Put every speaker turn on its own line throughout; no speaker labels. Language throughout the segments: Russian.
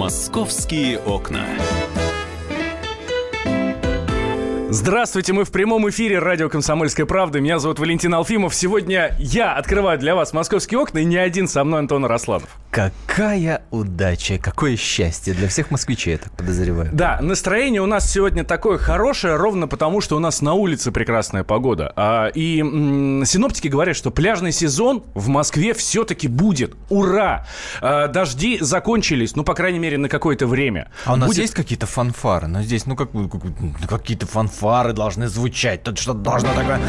«Московские окна».
Здравствуйте, мы в прямом эфире радио «Комсомольская правда». Меня зовут Валентин Алфимов. Сегодня я открываю для вас «Московские окна», и не один, со мной Антон Арасланов.
Какая удача, какое счастье для всех москвичей, я так подозреваю.
Да, настроение у нас сегодня такое хорошее, ровно потому, что у нас на улице прекрасная погода. И синоптики говорят, что пляжный сезон в Москве все-таки будет. Ура! Дожди закончились, ну, по крайней мере, на какое-то время.
А у нас есть какие-то фанфары? Ну, здесь, какие-то фанфары должны звучать. Тут что-то должно такое...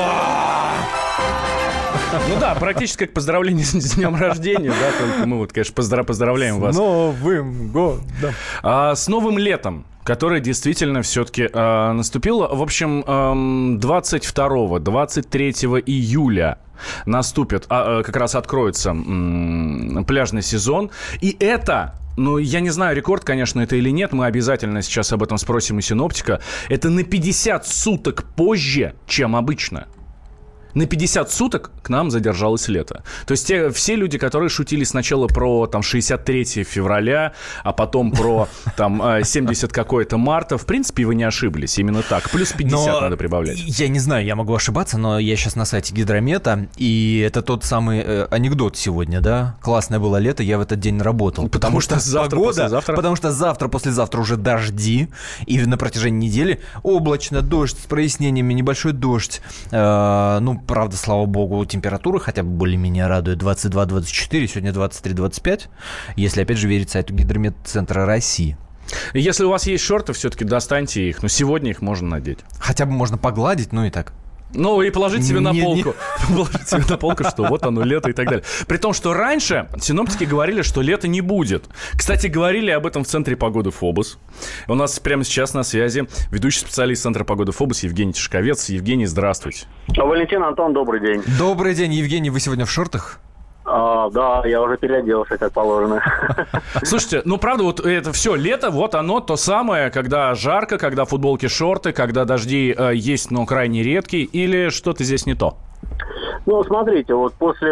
Ну да, практически как поздравление с днем рождения, да, только мы вот, конечно, поздравляем вас.
С Новым годом!
С новым летом, которое действительно все-таки наступило. В общем, 22-23 июля наступит, как раз откроется пляжный сезон. И это... Ну, я не знаю, рекорд, конечно, это или нет. Мы обязательно сейчас об этом спросим у синоптика. Это на 50 суток позже, чем обычно. На 50 суток к нам задержалось лето. То есть все люди, которые шутили сначала про 63 февраля, а потом про 70 какое-то марта, в принципе, вы не ошиблись. Именно так. Плюс 50 надо прибавлять.
Я не знаю, я могу ошибаться, но я сейчас на сайте Гидромета, и это тот самый анекдот сегодня, да? Классное было лето, я в этот день работал.
Потому что завтра, послезавтра.
Потому что завтра, послезавтра уже дожди, и на протяжении недели облачно, дождь с прояснениями, небольшой дождь. Правда, слава богу, температура хотя бы более-менее радует. 22-24, сегодня 23-25. Если, опять же, верить сайту Гидрометцентра России.
Если у вас есть шорты, все-таки достаньте их. Но сегодня их можно надеть.
Хотя бы можно погладить, ну и так.
Ну, и положить себе на полку. Положить себе на полку, что вот оно, лето и так далее. При том, что раньше синоптики говорили, что лета не будет. Кстати, говорили об этом в Центре погоды ФОБОС. У нас прямо сейчас на связи ведущий специалист Центра погоды ФОБОС Евгений Тишковец. Евгений, здравствуйте.
Валентин, Антон, добрый день.
Добрый день, Евгений. Вы сегодня в шортах?
Да, я уже переоделся, как положено.
Слушайте, ну правда, вот это все лето, вот оно то самое, когда жарко, когда футболки, шорты, когда дожди есть, но крайне редкие, или что-то здесь не то?
Ну, смотрите, вот после,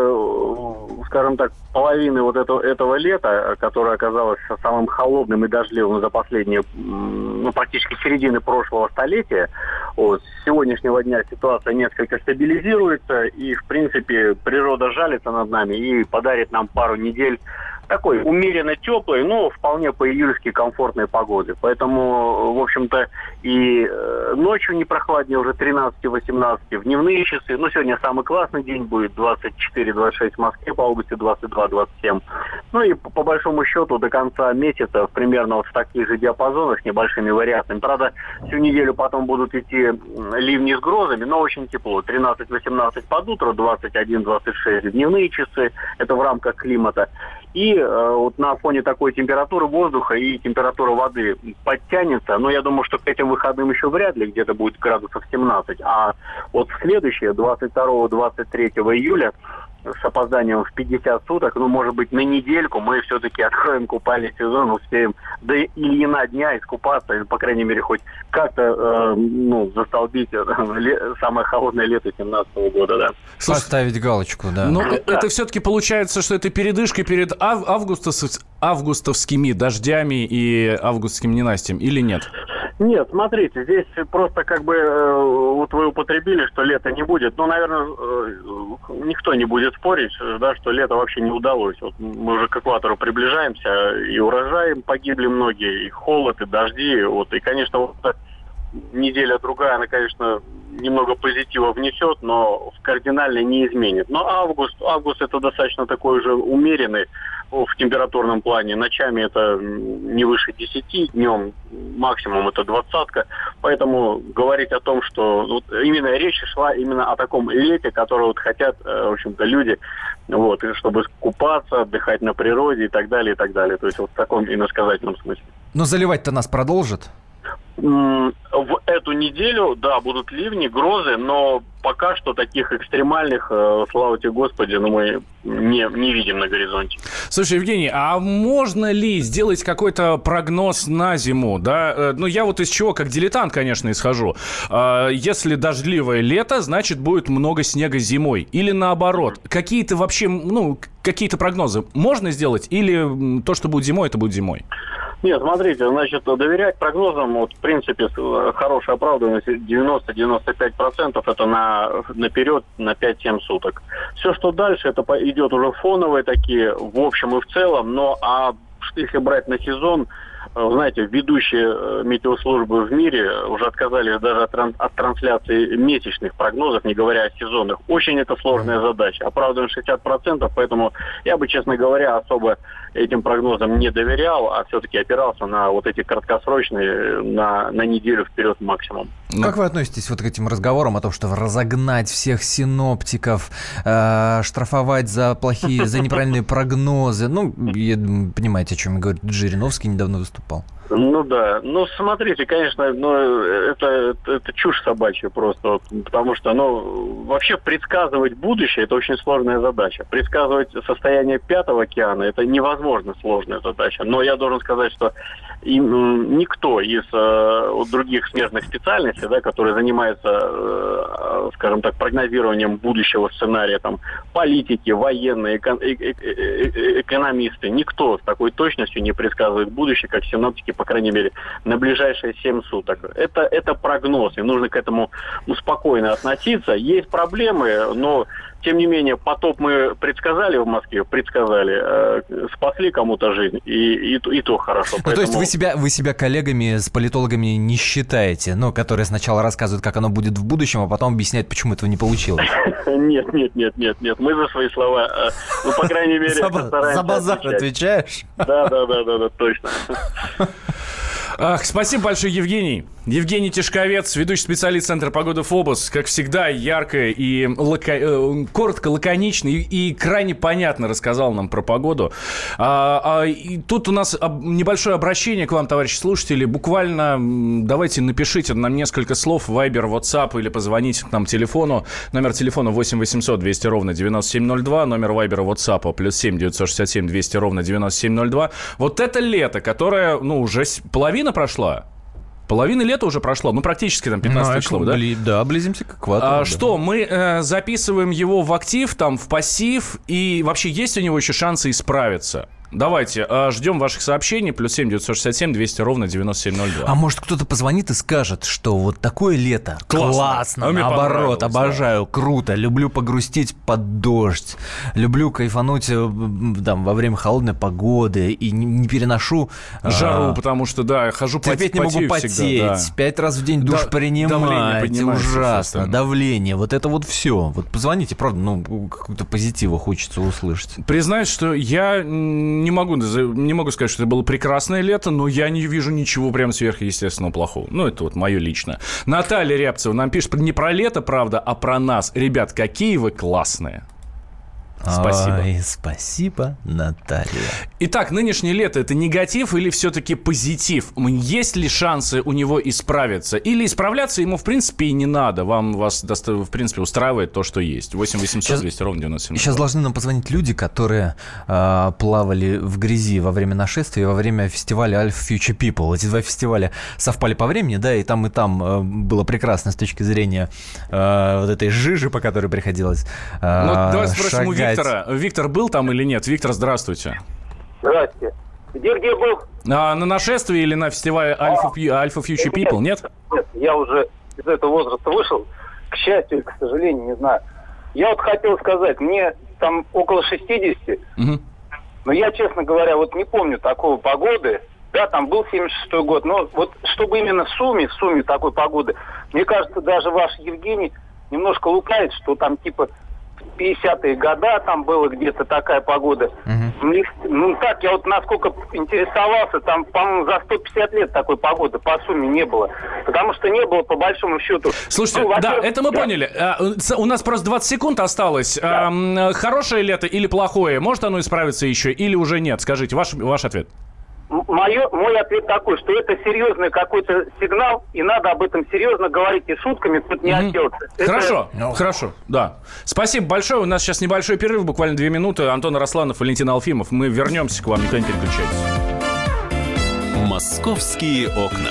скажем так, половины вот этого лета, которое оказалось самым холодным и дождливым за последние, практически середины прошлого столетия, с сегодняшнего дня ситуация несколько стабилизируется, и, в принципе, природа жалится над нами и подарит нам пару недель такой умеренно теплой, но вполне по-июльски комфортной погоды. Поэтому, в общем-то, и ночью не прохладнее, уже 13-18 в дневные часы. Ну, сегодня самый классный день будет, 24-26 в Москве, по области 22-27. Ну и по большому счету до конца месяца примерно вот в таких же диапазонах с небольшими вариациями. Правда, всю неделю потом будут идти ливни с грозами, но очень тепло. 13-18 под утро, 21-26 в дневные часы. Это в рамках климата. И вот на фоне такой температуры воздуха и температура воды подтянется. Но я думаю, что к этим выходным еще вряд ли, где-то будет градусов 17. А вот в следующее, 22-23 июля, с опозданием в 50 суток, может быть, на недельку мы все-таки откроем купальный сезон, успеем до Ильина дня искупаться, или, по крайней мере, хоть как-то, застолбить самое холодное лето 17 года, да.
Поставить галочку, да.
Но это все-таки получается, что это передышка перед августовскими дождями и августовским ненастьем, или нет?
Нет, смотрите, здесь просто вот вы употребили, что лета не будет. Наверное, никто не будет спорить, да, что лето вообще не удалось. Вот мы уже к экватору приближаемся, и урожаи погибли многие, и холод, и дожди. И, конечно, неделя другая, она, конечно, немного позитива внесет, но кардинально не изменит. Но август это достаточно такой уже умеренный в температурном плане. Ночами это не выше 10, днем максимум это 20. Поэтому говорить о том, что именно речь шла именно о таком лете, которое хотят, в общем-то, люди, чтобы купаться, отдыхать на природе и так далее, и так далее. То есть в таком иносказательном смысле.
Но заливать-то нас продолжат?
В эту неделю, да, будут ливни, грозы, но пока что таких экстремальных, слава тебе Господи, мы не видим на горизонте.
Слушай, Евгений, а можно ли сделать какой-то прогноз на зиму, да? Ну, я вот из чего, как дилетант, конечно, исхожу. Если дождливое лето, значит, будет много снега зимой. Или наоборот. Какие-то вообще, какие-то прогнозы можно сделать? Или то, что будет зимой, это будет зимой?
Нет, смотрите, значит, доверять прогнозам, вот, в принципе, хорошая оправданность 90-95% это наперед на 5-7 суток. Все, что дальше, это идет уже фоновые такие, в общем и в целом, но если брать на сезон, знаете, ведущие метеослужбы в мире уже отказались даже от трансляции месячных прогнозов, не говоря о сезонных. Очень это сложная задача. Оправдываем 60%, поэтому я бы, честно говоря, особо этим прогнозам не доверял, а все-таки опирался на вот эти краткосрочные, на неделю вперед максимум.
Как вы относитесь вот к этим разговорам о том, что разогнать всех синоптиков, штрафовать за неправильные прогнозы? Понимаете, о чем я говорю. Жириновский недавно выступал.
Ну да. Смотрите, конечно, это чушь собачья просто. Потому что, вообще предсказывать будущее – это очень сложная задача. Предсказывать состояние Пятого океана – это невозможно сложная задача. Но я должен сказать, что никто из других смежных специальностей, да, которые занимаются, скажем так, прогнозированием будущего сценария, там, политики, военные, экономисты, никто с такой точностью не предсказывает будущее, как синоптики, по крайней мере, на ближайшие 7 суток. Это прогноз, и нужно к этому спокойно относиться. Есть проблемы, но тем не менее, потоп мы предсказали в Москве, спасли кому-то жизнь, и то хорошо.
То есть вы себя коллегами с политологами не считаете, которые сначала рассказывают, как оно будет в будущем, а потом объясняют, почему этого не получилось?
Нет. Мы за свои слова, по крайней мере, стараемся.
За базар отвечаешь?
Да, точно.
Спасибо большое, Евгений. Евгений Тишковец, ведущий специалист Центра погоды ФОБОС. Как всегда, ярко и коротко, лаконично и крайне понятно рассказал нам про погоду. И тут у нас небольшое обращение к вам, товарищи слушатели. Буквально давайте напишите нам несколько слов в Viber, WhatsApp или позвоните к нам телефону. Номер телефона 8 800 200 ровно 9702. Номер Viber, WhatsApp +7 967 200 ровно 9702. Вот это лето, которое, уже половина прошла. Половина лета уже прошло, практически там 15 число, да?
Да, близимся к экватору.
Что, мы записываем его в актив, там, в пассив, и вообще есть у него еще шансы исправиться? Давайте, ждем ваших сообщений, +7 967 200 ровно 9702.
А может, кто-то позвонит и скажет, что вот такое лето классно, наоборот, обожаю, круто, люблю погрустить под дождь, люблю кайфануть во время холодной погоды и не переношу
жару, потому что, хожу
терпеть не могу потеть, всегда, 5 раз в день душ принимать, ужасно, давление, вот это вот все. Вот позвоните, правда, какого-то позитива хочется услышать.
Признаюсь, что я не могу сказать, что это было прекрасное лето, но я не вижу ничего прям сверхъестественного плохого. Это вот мое личное. Наталья Рябцева нам пишет не про лето, правда, а про нас. Ребят, какие вы классные. Спасибо.
Ой, спасибо, Наталья.
Итак, нынешнее лето – это негатив или все-таки позитив? Есть ли шансы у него исправиться? Или исправляться ему, в принципе, и не надо? Вас, в принципе, устраивает то, что есть? 8 800 200 ровно 97.
Сейчас должны нам позвонить люди, которые плавали в грязи во время нашествия и во время фестиваля Alpha Future People. Эти два фестиваля совпали по времени, да, и там было прекрасно с точки зрения вот этой жижи, по которой приходилось
давай спросим у
шагать.
Виктор был там или нет? Виктор, здравствуйте.
Здравствуйте. Где был?
На нашествии или на фестивале Alpha Future People, нет?
Нет, я уже из этого возраста вышел. К счастью, к сожалению, не знаю. Я вот хотел сказать, мне там около 60, но я, честно говоря, вот не помню такой погоды. Да, там был 76-й год, но вот чтобы именно в сумме такой погоды, мне кажется, даже ваш Евгений немножко лукавит, что там типа 50-е года там была где-то такая погода. Так, я вот насколько интересовался, там, по-моему, за 150 лет такой погоды по сумме не было. Потому что не было, по большому счету.
Слушайте, это мы поняли. У нас просто 20 секунд осталось. Да. Хорошее лето или плохое? Может оно исправиться еще или уже нет? Скажите, ваш ответ.
Мой ответ такой, что это серьезный какой-то сигнал, и надо об этом серьезно говорить и шутками, тут не отделаться.
Хорошо, да. Спасибо большое. У нас сейчас небольшой перерыв, буквально 2 минуты. Антон Арасланов, Валентин Алфимов. Мы вернемся к вам, никуда не переключайтесь.
«Московские окна».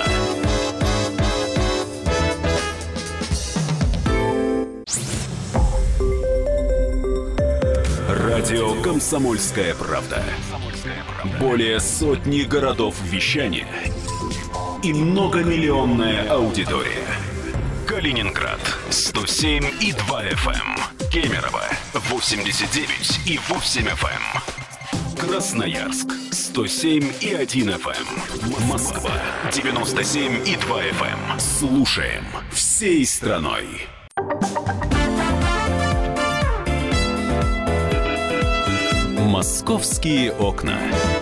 Радио «Комсомольская правда». Более сотни городов вещания и многомиллионная аудитория. Калининград 107,2 FM, Кемерово 89,8 FM, Красноярск 107,1 FM, Москва 97,2 FM. Слушаем всей страной. «Московские окна».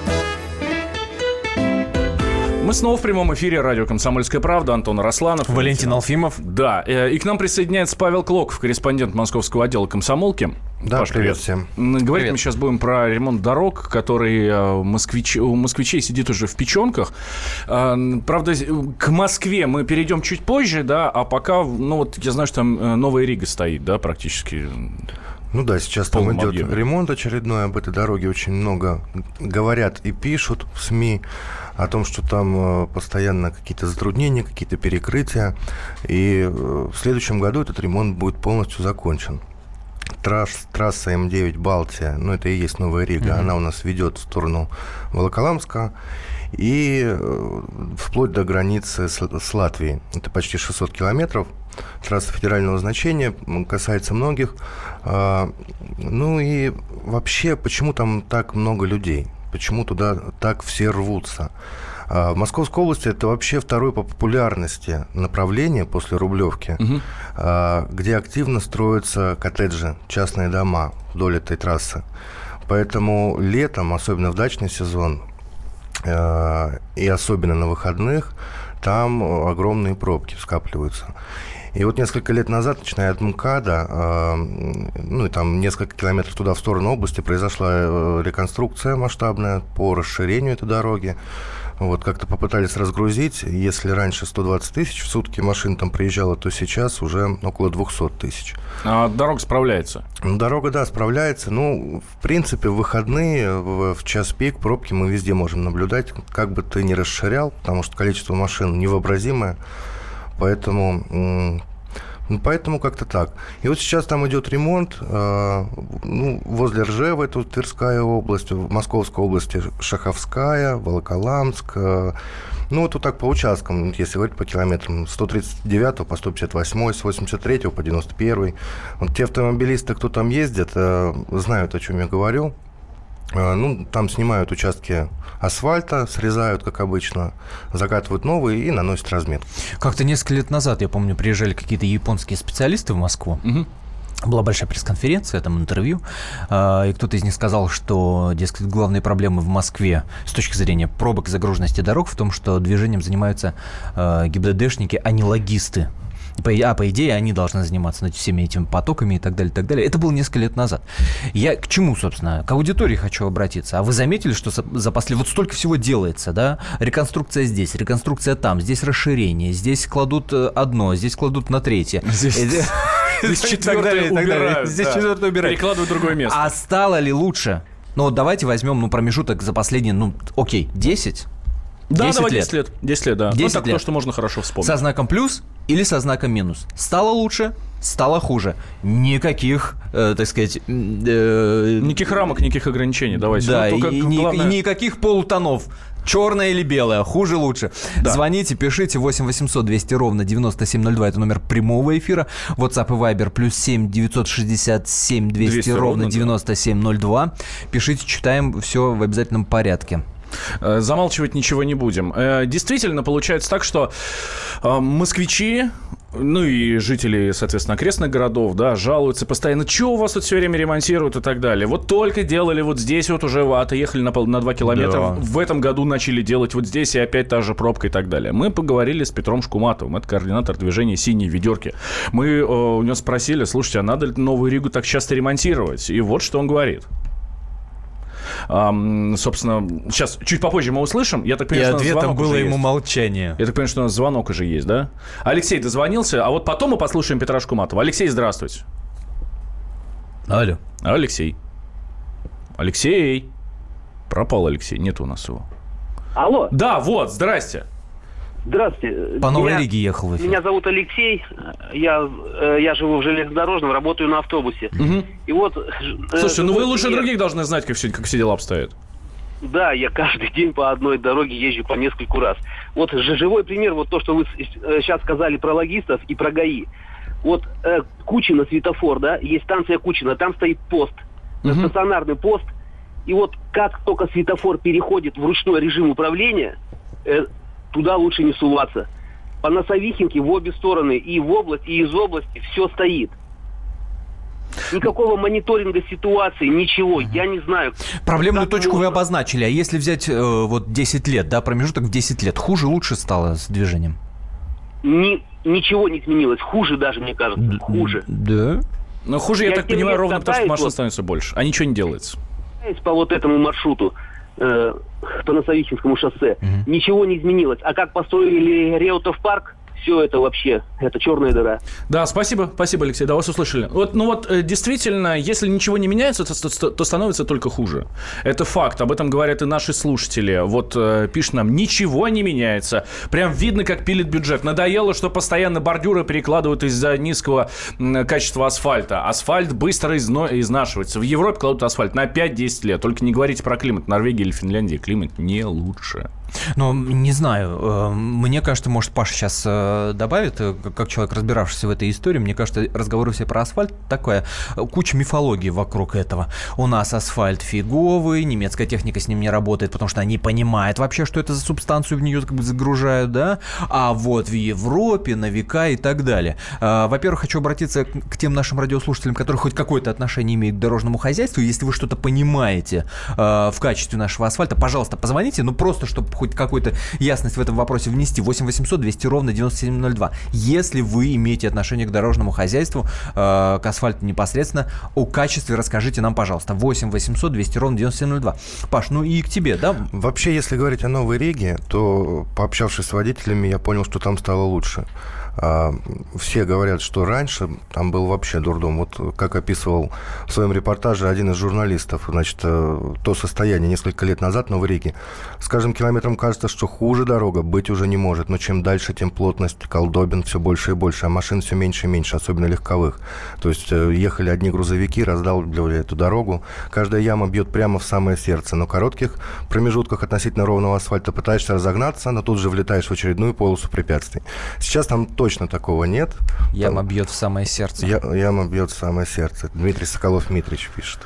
Мы снова в прямом эфире радио «Комсомольская правда». Антон Арасланов.
Валентин Алфимов.
Да, и к нам присоединяется Павел Клоков, корреспондент московского отдела «Комсомолки».
Да,
Паш,
привет всем.
Говорить
привет.
мы сейчас будем про ремонт дорог, который у москвичей сидит уже в печенках. Правда, к Москве мы перейдем чуть позже, да, а пока, я знаю, что там Новая Рига стоит, да, практически.
Ну да, сейчас там идет ремонт очередной, об этой дороге очень много говорят и пишут в СМИ о том, что там постоянно какие-то затруднения, какие-то перекрытия, и в следующем году этот ремонт будет полностью закончен. Трасса М9 Балтия, это и есть Новая Рига, она у нас ведет в сторону Волоколамска и вплоть до границы с Латвией. Это почти 600 километров. Трасса федерального значения, касается многих. И вообще, почему там так много людей? Почему туда так все рвутся? В Московской области это вообще второе по популярности направление после Рублевки, где активно строятся коттеджи, частные дома вдоль этой трассы. Поэтому летом, особенно в дачный сезон, и особенно на выходных, там огромные пробки скапливаются. И вот несколько лет назад, начиная от МКАДа, и там несколько километров туда в сторону области, произошла реконструкция масштабная по расширению этой дороги. Вот как-то попытались разгрузить. Если раньше 120 тысяч в сутки машин там приезжало, то сейчас уже около 200 тысяч.
А дорога справляется?
Дорога, да, справляется. В принципе, в выходные, в час пик пробки мы везде можем наблюдать. Как бы ты ни расширял, потому что количество машин невообразимое. Поэтому как-то так. И вот сейчас там идет ремонт. Возле Ржева, это Тверская область, в Московской области Шаховская, Волоколамск. Вот так по участкам, если говорить по километрам, с 139 по 158, с 83 по 91. Вот те автомобилисты, кто там ездит, знают, о чем я говорю. Там снимают участки асфальта, срезают, как обычно, закатывают новые и наносят разметку.
Как-то несколько лет назад, я помню, приезжали какие-то японские специалисты в Москву. Была большая пресс-конференция, там интервью, и кто-то из них сказал, что, дескать, главные проблемы в Москве с точки зрения пробок и загруженности дорог в том, что движением занимаются ГИБДДшники, а не логисты. По идее, они должны заниматься всеми этими потоками и так далее, и так далее. Это было несколько лет назад. Я к чему, собственно? К аудитории хочу обратиться. А вы заметили, что за последние... Вот столько всего делается, да? Реконструкция здесь, реконструкция там, здесь расширение, здесь кладут одно, здесь кладут на третье.
Здесь четвертое убирают.
Здесь четвертое убирают.
Перекладывают в другое место.
А стало ли лучше? Давайте возьмем промежуток за последние, 10?
Да, 10 лет. 10 лет, да.
10 лет.
То, что можно хорошо вспомнить.
Со знаком плюс или со знаком минус? Стало лучше, стало хуже. Никаких, так сказать...
Никаких рамок, никаких ограничений. Давайте.
Да, и никаких полутонов. Черное или белое, хуже, лучше. Да. Звоните, пишите 8 800 200 ровно 9702. Это номер прямого эфира. WhatsApp и Viber +7 967 200 ровно 9702. Пишите, читаем все в обязательном порядке.
Замалчивать ничего не будем. Действительно, получается так, что москвичи, и жители, соответственно, окрестных городов, да, жалуются постоянно, что у вас тут все время ремонтируют и так далее. Вот только делали вот здесь, вот уже отъехали на 2 километра, да. В этом году начали делать вот здесь, и опять та же пробка и так далее. Мы поговорили с Петром Шкуматовым, это координатор движения «Синие ведерки». Мы у него спросили, слушайте, а надо ли Новую Ригу так часто ремонтировать? И вот что он говорит. Собственно, сейчас чуть попозже мы услышим. Я так понимаю,
и ответом было ему молчание.
Я так понимаю, что у нас звонок уже есть, да? Алексей дозвонился, а вот потом мы послушаем Петра Шкуматова. Алексей, здравствуйте.
Алло.
Алексей. Пропал Алексей, нет у нас его.
Алло.
Да, вот, здрасте.
Здравствуйте.
По Новой Риге ехал в эфир.
Меня зовут Алексей. Я живу в железнодорожном, работаю на автобусе.
Угу.
И вот...
Слушайте, вы лучше других должны знать, как все дела обстоят.
Да, я каждый день по одной дороге езжу по нескольку раз. Вот живой пример, вот то, что вы сейчас сказали про логистов и про ГАИ. Вот Кучино, светофор, да, есть станция Кучино, там стоит пост, стационарный пост. И вот как только светофор переходит в ручной режим управления... туда лучше не суваться. По Носовихинке в обе стороны, и в области, и из области, все стоит. Никакого мониторинга ситуации, ничего, я не знаю.
Проблемную точку вы обозначили, а если взять вот 10 лет, да, промежуток в 10 лет, хуже, лучше стало с движением?
Ничего не изменилось, хуже даже, мне кажется, хуже.
Да?
Но хуже, я так понимаю, ровно потому, что машин становится больше, а ничего не делается.
По вот этому маршруту, по Носовихинскому шоссе, ничего не изменилось. А как построили Реутов парк, все это вообще, это черная дыра.
Да, спасибо, Алексей, да, вас услышали. Действительно, если ничего не меняется, то становится только хуже. Это факт, об этом говорят и наши слушатели. Вот пишут нам, ничего не меняется. Прям видно, как пилит бюджет. Надоело, что постоянно бордюры перекладывают из-за низкого качества асфальта. Асфальт быстро изнашивается. В Европе кладут асфальт на 5-10 лет. Только не говорите про климат. Норвегии или Финляндии климат не лучше.
Ну, не знаю. Мне кажется, может, Паша сейчас добавит, как человек, разбиравшийся в этой истории, мне кажется, разговоры все про асфальт такое, куча мифологии вокруг этого. У нас асфальт фиговый, немецкая техника с ним не работает, потому что она не понимает вообще, что это за субстанцию в нее как бы загружают, да? А вот в Европе на века и так далее. Во-первых, хочу обратиться к тем нашим радиослушателям, которые хоть какое-то отношение имеют к дорожному хозяйству. Если вы что-то понимаете в качестве нашего асфальта, пожалуйста, позвоните, ну просто, чтобы хоть какую-то ясность в этом вопросе внести. 8 800 200 ровно 9702. Если вы имеете отношение к дорожному хозяйству, к асфальту непосредственно, о качестве расскажите нам, пожалуйста. 8 800 200 ровно 9702. Паш, ну и к тебе, да?
Вообще, если говорить о Новой Риге, то, пообщавшись с водителями, я понял, что там стало лучше. Все говорят, что раньше там был вообще дурдом. Вот как описывал в своем репортаже один из журналистов, значит, то состояние несколько лет назад в Новой Риге. С каждым километром кажется, что хуже дорога быть уже не может. Но чем дальше, тем плотность колдобин все больше и больше, а машин все меньше и меньше, особенно легковых. То есть ехали одни грузовики, раздалбливали эту дорогу. Каждая яма бьет прямо в самое сердце. На коротких промежутках относительно ровного асфальта пытаешься разогнаться, но тут же влетаешь в очередную полосу препятствий. Сейчас там точно такого нет.
Яма бьет в самое сердце.
Яма бьет в самое сердце. Дмитрий Соколов-Митрич пишет.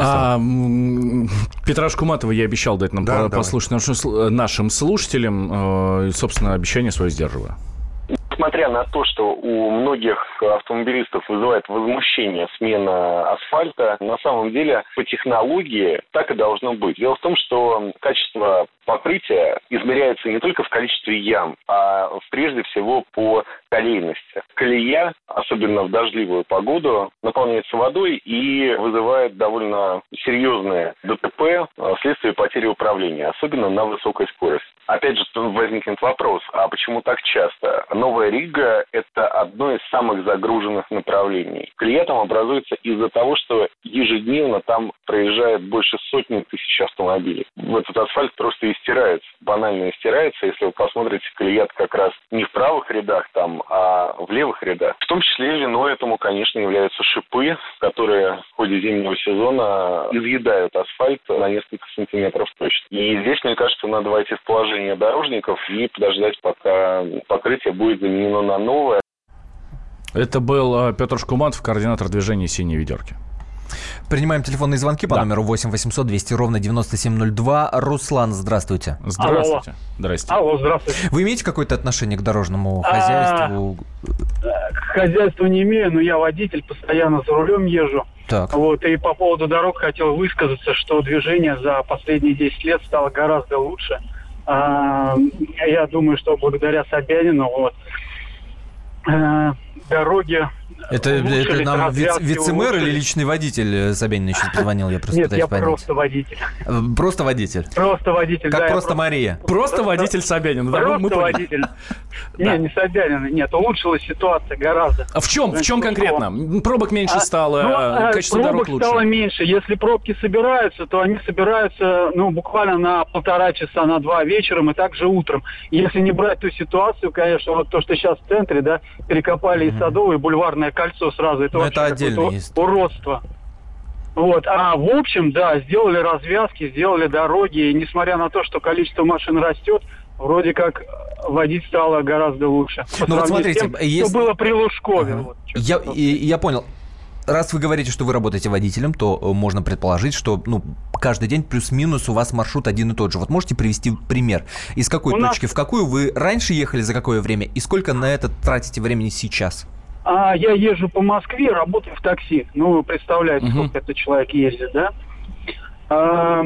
Петра Шкуматова я обещал дать нам послушать нашим слушателям. Собственно, обещание свое сдерживаю.
Несмотря на то, что у многих автомобилистов вызывает возмущение смена асфальта, на самом деле по технологии так и должно быть. Дело в том, что качество покрытия измеряется не только в количестве ям, а прежде всего по колейности. Колея, особенно в дождливую погоду, наполняется водой и вызывает довольно серьезные ДТП вследствие потери управления, особенно на высокой скорости. Опять же, возникнет вопрос, а почему так часто? Новая Рига – это одно из самых загруженных направлений. Колея там образуется из-за того, что ежедневно там проезжает больше сотни тысяч автомобилей. Этот асфальт просто истирается, банально истирается. Если вы посмотрите, колея как раз не в правых рядах там, а в левых рядах. В том числе виной этому, конечно, являются шипы, которые в ходе зимнего сезона изъедают асфальт на несколько сантиметров точно. И здесь, мне кажется, надо войти в положение дорожников и подождать, пока покрытие будет заменено на новое.
Это был Петр Шкуматов, координатор движения «Синие ведерки».
Принимаем телефонные звонки по номеру 8 800 200 ровно 9702. Руслан, здравствуйте.
Здравствуйте.
Алло.
Здрасте.
Алло, здравствуйте.
Вы имеете какое-то отношение к дорожному хозяйству?
К хозяйству не имею, но я водитель, постоянно за рулем езжу.
Так.
Вот, и по поводу дорог хотел высказаться, что движение за последние 10 лет стало гораздо лучше. Я думаю, что благодаря Собянину дороги
Это нам вице-мэр или личный водитель Собянин еще позвонил? Я просто
Нет, я просто водитель.
Просто водитель?
Просто водитель,
как просто Мария?
Просто водитель Собянин.
Просто водитель. Не Собянин, нет, улучшилась ситуация гораздо.
А в чем конкретно? Пробок меньше стало, качество дорог лучше?
Пробок стало меньше. Если пробки собираются, то они собираются, буквально на 1,5 часа, на 2 вечером и также утром. Если не брать ту ситуацию, конечно, вот то, что сейчас в центре, да, перекопали и Садовое, и Бульварное кольцо сразу, это вообще какое-то уродство. Вот. А в общем, да, сделали развязки, сделали дороги, и несмотря на то, что количество машин растет, вроде как водить стало гораздо лучше.
Ну вот смотрите,
что было при Лужкове.
Вот, я понял. Раз вы говорите, что вы работаете водителем, то можно предположить, что каждый день плюс-минус у вас маршрут один и тот же. Вот можете привести пример? Из какой точки в какую вы раньше ехали, за какое время, и сколько на это тратите времени сейчас?
Я езжу по Москве, работаю в такси. Вы представляете, сколько этот человек ездит, да?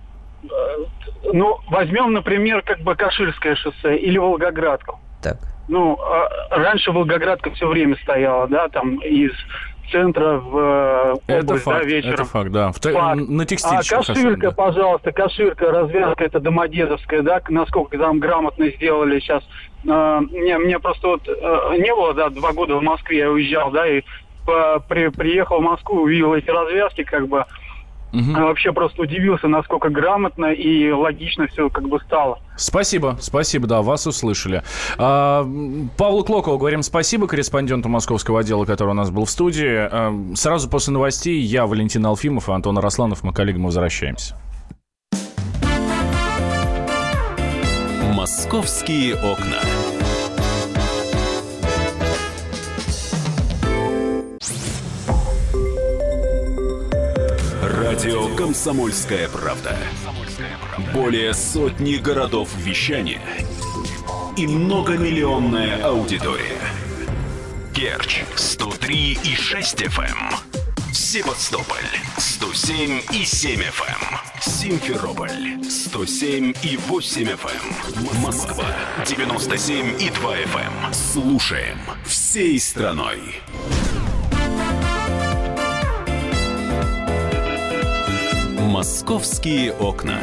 Возьмем, например, Каширское шоссе или Волгоградку.
Так.
Раньше Волгоградка все время стояла, да, там из центра в область, да, вечером. Это
факт, да. На текстильщиках.
Каширка, пожалуйста, Каширка, развязка, это Домодедовская, да, насколько там грамотно сделали сейчас. Мне просто не было, да, 2 года в Москве, я уезжал, да, и приехал в Москву, увидел эти развязки, вообще просто удивился, насколько грамотно и логично все стало.
Спасибо, да, вас услышали. Павлу Клокову говорим спасибо, корреспонденту московского отдела, который у нас был в студии. Сразу после новостей я, Валентин Алфимов и Антон Арасланов, мы коллегам возвращаемся.
«Московские окна». Радио «Комсомольская правда». Более сотни городов вещания и многомиллионная аудитория. Керчь 103,6 FM, Севастополь 107,7 FM, Симферополь 107,8 FM, Москва 97,2 FM. Слушаем всей страной. «Московские окна».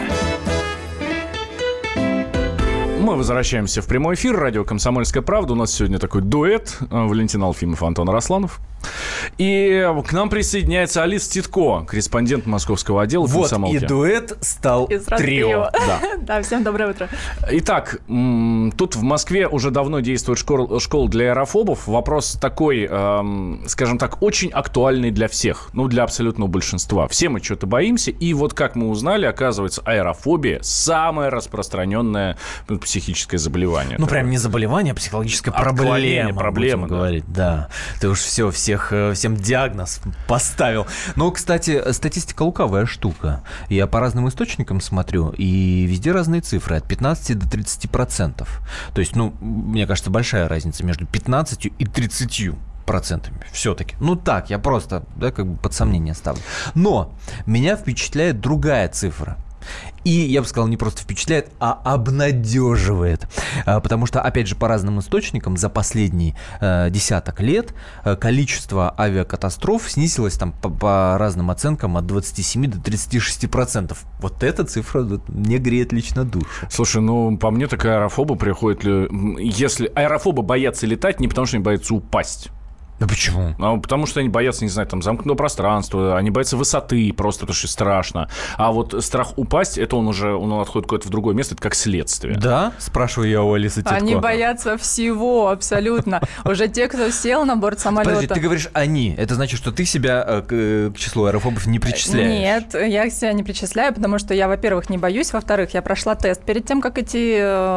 Мы возвращаемся в прямой эфир. Радио «Комсомольская правда». У нас сегодня такой дуэт. Валентин Алфимов, Антон Арасланов. И к нам присоединяется Алиса Титко, корреспондент московского отдела «Комсомолки».
Вот, и дуэт стал трио.
Да, всем доброе утро.
Итак, тут в Москве уже давно действует школа для аэрофобов. Вопрос такой, скажем так, очень актуальный для всех. Для абсолютного большинства. Все мы что-то боимся. И вот как мы узнали, оказывается, аэрофобия самое распространенное психическое заболевание.
Прям не заболевание, а психологическая проблема. Говорить, да. Ты уж всем диагноз поставил. Но, кстати, статистика лукавая штука. Я по разным источникам смотрю, и везде разные цифры. От 15 до 30%. То есть, мне кажется, большая разница между 15 и 30%. Все-таки. Так, я просто, под сомнение ставлю. Но меня впечатляет другая цифра. И, я бы сказал, не просто впечатляет, а обнадеживает. Потому что, опять же, по разным источникам за последние десяток лет количество авиакатастроф снизилось по разным оценкам от 27 до 36%. Вот эта цифра мне греет лично душу.
Слушай, по мне так аэрофобы приходят... Если аэрофобы боятся летать, не потому что они боятся упасть.
Да почему?
Потому что они боятся, не знаю, замкнутого пространства, они боятся высоты, просто потому что страшно. А вот страх упасть, это он отходит куда-то в другое место, это как следствие.
Да? Спрашиваю я у Алисы Титко.
Они боятся всего, абсолютно. Уже те, кто сел на борт самолета.
Подожди, ты говоришь «они». Это значит, что ты себя к числу аэрофобов не причисляешь?
Нет, я себя не причисляю, потому что я, во-первых, не боюсь, во-вторых, я прошла тест перед тем, как идти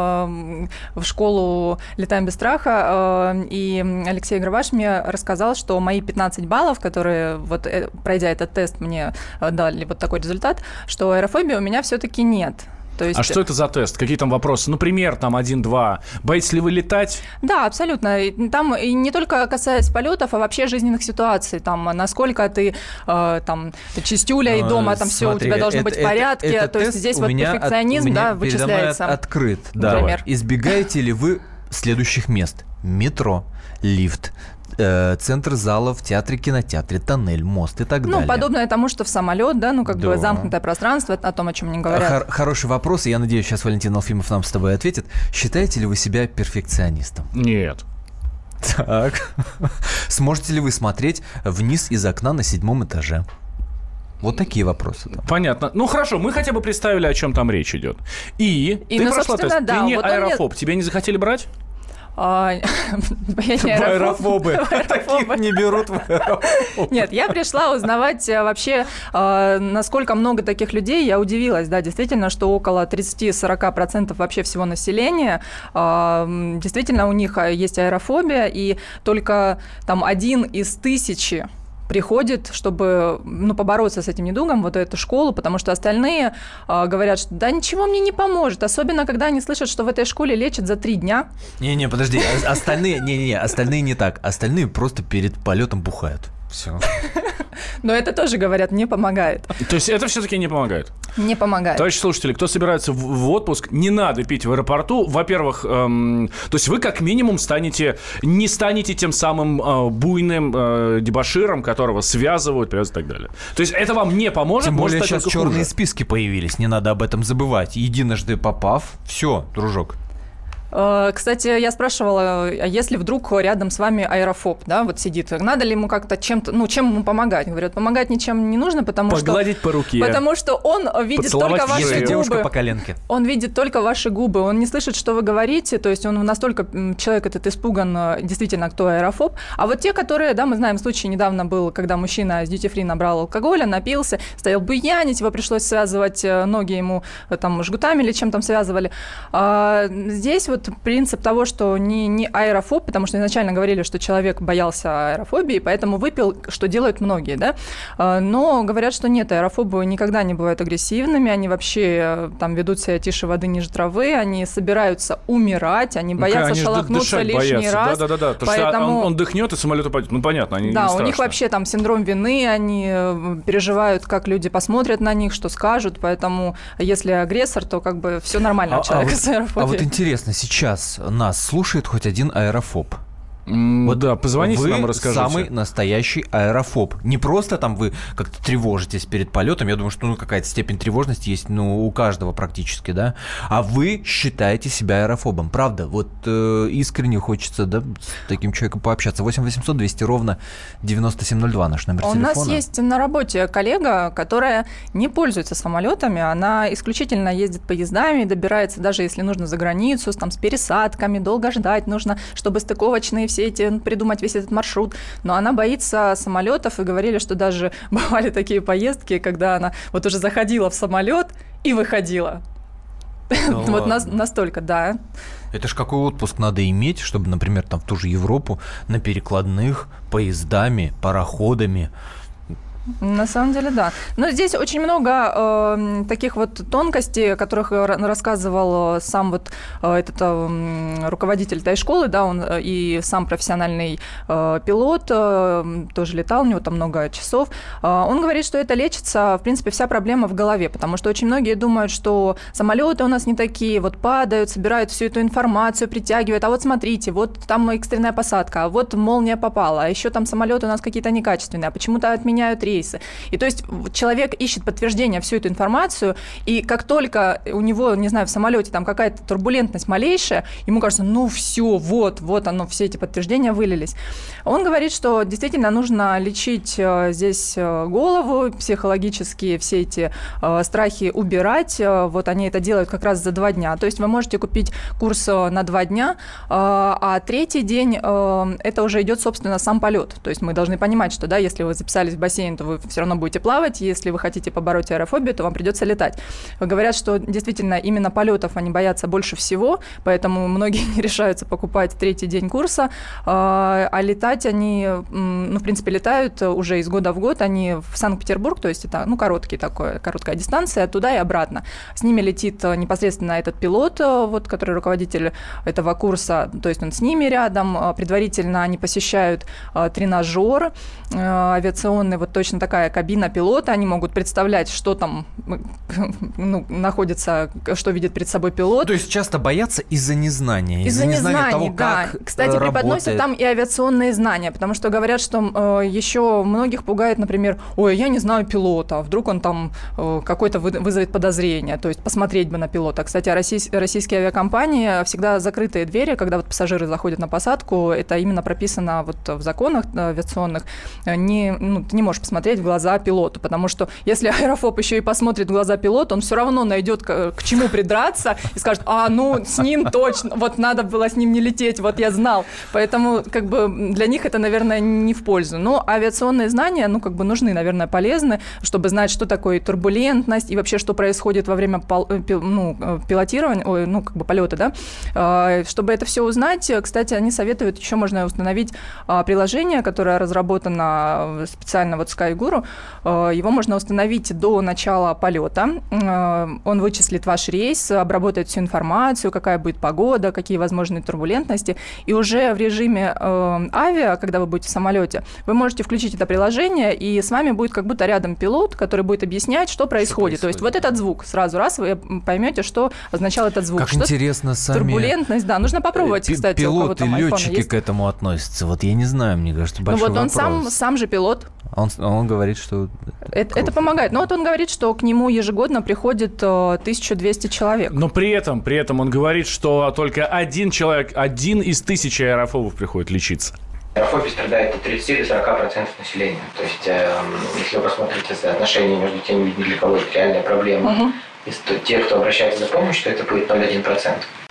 в школу «Летаем без страха», и Алексей Граваш мне рассказал, что мои 15 баллов, которые, пройдя этот тест, мне дали такой результат, что аэрофобии у меня все-таки нет.
То есть... А что это за тест? Какие там вопросы? Например, 1-2. Боитесь ли вы летать?
Да, абсолютно. Там и не только касается полетов, а вообще жизненных ситуаций. Насколько ты чистюля и дома все у тебя должно быть в порядке. То есть здесь перфекционизм вычисляется.
Открыт. Да. Избегаете ли вы следующих мест? Метро, лифт, центр зала в театре, кинотеатре, тоннель, мост и так далее.
Ну, подобное тому, что в самолет, да, ну, как бы замкнутое пространство, о том, о чем не говорят.
Хороший вопрос, и я надеюсь, сейчас Валентин Алфимов нам с тобой ответит. Считаете ли вы себя перфекционистом?
Нет.
Так. Сможете ли вы смотреть вниз из окна на 7 этаже? Вот такие вопросы. Там.
Понятно. Ну, хорошо, мы хотя бы представили, о чем там речь идет. И ты
ну,
прошла тест.
Да,
ты не
вот
аэрофоб. Тебя не захотели брать?
Я не
аэрофобы. Таких не берут в аэрофоб.
Нет, я пришла узнавать вообще, насколько много таких людей. Я удивилась, да, действительно, что около 30-40% вообще всего населения, действительно, у них есть аэрофобия, и только там 1 из 1000 приходит, чтобы побороться с этим недугом, вот эту школу, потому что остальные говорят, что да ничего мне не поможет, особенно когда они слышат, что в этой школе лечат за 3 дня.
Не-не, подожди, остальные не так, остальные просто перед полетом бухают. Все.
Но это тоже, говорят, не помогает.
То есть это все-таки не помогает?
Не помогает.
Товарищи слушатели, кто собирается в отпуск, не надо пить в аэропорту. Во-первых, то есть вы как минимум не станете тем самым буйным дебоширом, которого связывают, и так далее. То есть это вам не поможет.
Тем более
может
сейчас черные списки появились, не надо об этом забывать. Единожды попав, все, дружок.
Кстати, я спрашивала, а если вдруг рядом с вами аэрофоб, да, вот сидит, надо ли ему как-то чем-то, чем ему помогать? Говорят, помогать ничем не нужно,
погладить по руке.
Потому что он видит только ваши губы.
Девушка по коленке.
Он видит только ваши губы, он не слышит, что вы говорите, то есть он настолько, человек этот испуган, действительно, кто аэрофоб. А вот те, которые, да, мы знаем, случай недавно был, когда мужчина из дьюти-фри набрал алкоголя, напился, стоял буянить, его пришлось связывать ноги ему там жгутами или чем там связывали. Здесь вот принцип того, что не аэрофоб, потому что изначально говорили, что человек боялся аэрофобии, поэтому выпил, что делают многие, да, но говорят, что нет, аэрофобы никогда не бывают агрессивными, они вообще там ведут себя тише воды, ниже травы, они собираются умирать, они боятся шелохнуться лишний раз.
Да.
Поэтому...
Он дыхнет, и самолет упадет. Ну, понятно, они не страшны.
Да, у них вообще там синдром вины, они переживают, как люди посмотрят на них, что скажут, поэтому если агрессор, то как бы все нормально у человека с аэрофобией.
А вот интересно, сейчас нас слушает хоть один аэрофоб?
Вот да, позвоните нам и расскажите.
Вы самый настоящий аэрофоб. Не просто там вы как-то тревожитесь перед полетом, я думаю, что какая-то степень тревожности есть у каждого практически, да, а вы считаете себя аэрофобом. Правда, вот искренне хочется, да, с таким человеком пообщаться. 8 800 200 ровно 9702 наш номер телефона.
У нас есть на работе коллега, которая не пользуется самолетами, она исключительно ездит поездами, добирается, даже если нужно за границу, там, с пересадками, долго ждать нужно, чтобы стыковочные все эти, придумать весь этот маршрут, но она боится самолетов, и говорили, что даже бывали такие поездки, когда она вот уже заходила в самолет и выходила. Вот настолько, да.
Это ж какой отпуск надо иметь, чтобы, например, там в ту же Европу на перекладных поездами, пароходами.
На самом деле, да. Но здесь очень много таких вот тонкостей, о которых рассказывал сам вот этот руководитель этой школы, да, он и сам профессиональный пилот, тоже летал, у него там много часов. Он говорит, что это лечится, в принципе, вся проблема в голове, потому что очень многие думают, что самолеты у нас не такие, вот падают, собирают всю эту информацию, притягивают, а вот смотрите, вот там экстренная посадка, а вот молния попала, а еще там самолеты у нас какие-то некачественные, а почему-то отменяют рейсы. И то есть человек ищет подтверждение всю эту информацию, и как только у него, не знаю, в самолете там какая-то турбулентность малейшая, ему кажется, ну все, вот оно, все эти подтверждения вылились. Он говорит, что действительно нужно лечить здесь голову, психологические все эти страхи убирать. Вот они это делают как раз за 2 дня. То есть вы можете купить курс на 2 дня, а 3-й день это уже идет, собственно, сам полет. То есть мы должны понимать, что да, если вы записались в бассейн, то вы все равно будете плавать, если вы хотите побороть аэрофобию, то вам придется летать. Говорят, что действительно именно полетов они боятся больше всего, поэтому многие не решаются покупать 3-й день курса, а летать они, в принципе, летают уже из года в год, они в Санкт-Петербург, то есть это, короткая дистанция, туда и обратно. С ними летит непосредственно этот пилот, вот, который руководитель этого курса, то есть он с ними рядом, предварительно они посещают тренажер авиационный, вот точно такая кабина пилота, они могут представлять, что там находится, что видит перед собой пилот.
То есть часто боятся из-за незнания.
Из-за незнания
того,
да.
как
Кстати, преподносят там и авиационные знания, потому что говорят, что еще многих пугает, например, ой, я не знаю пилота, вдруг он там какой-то вызовет подозрение, то есть посмотреть бы на пилота. Кстати, российские авиакомпании всегда закрытые двери, когда вот пассажиры заходят на посадку, это именно прописано вот в законах авиационных, ты не можешь посмотреть в глаза пилоту, потому что если аэрофоб еще и посмотрит в глаза пилота, он все равно найдет к чему придраться и скажет, с ним точно, вот надо было с ним не лететь, вот я знал. Поэтому как бы для них это, наверное, не в пользу. Но авиационные знания, нужны, наверное, полезны, чтобы знать, что такое турбулентность и вообще, что происходит во время пилотирования, полета, да. Чтобы это все узнать, кстати, они советуют, еще можно установить приложение, которое разработано специально вот SkyGuru. Его можно установить до начала полета. Он вычислит ваш рейс, обработает всю информацию, какая будет погода, какие возможны турбулентности. И уже в режиме авиа, когда вы будете в самолете, вы можете включить это приложение, и с вами будет как будто рядом пилот, который будет объяснять, что происходит. То есть вот этот звук, сразу раз вы поймете, что означал этот звук.
Как интересно сами...
Турбулентность, да, нужно попробовать, кстати.
Пилоты и летчики к этому относятся. Вот я не знаю, мне кажется, большой вопрос.
Он сам же пилот.
Он говорит, что...
Это помогает. Но вот он говорит, что к нему ежегодно приходит 1200 человек.
Но при этом он говорит, что только один из 1000 аэрофобов приходит лечиться.
Аэрофобия страдает от 30 до 40% населения. То есть, если вы посмотрите соотношение между теми, для кого это реальная проблема, и те, кто обращается за помощью, то это будет 0,1%.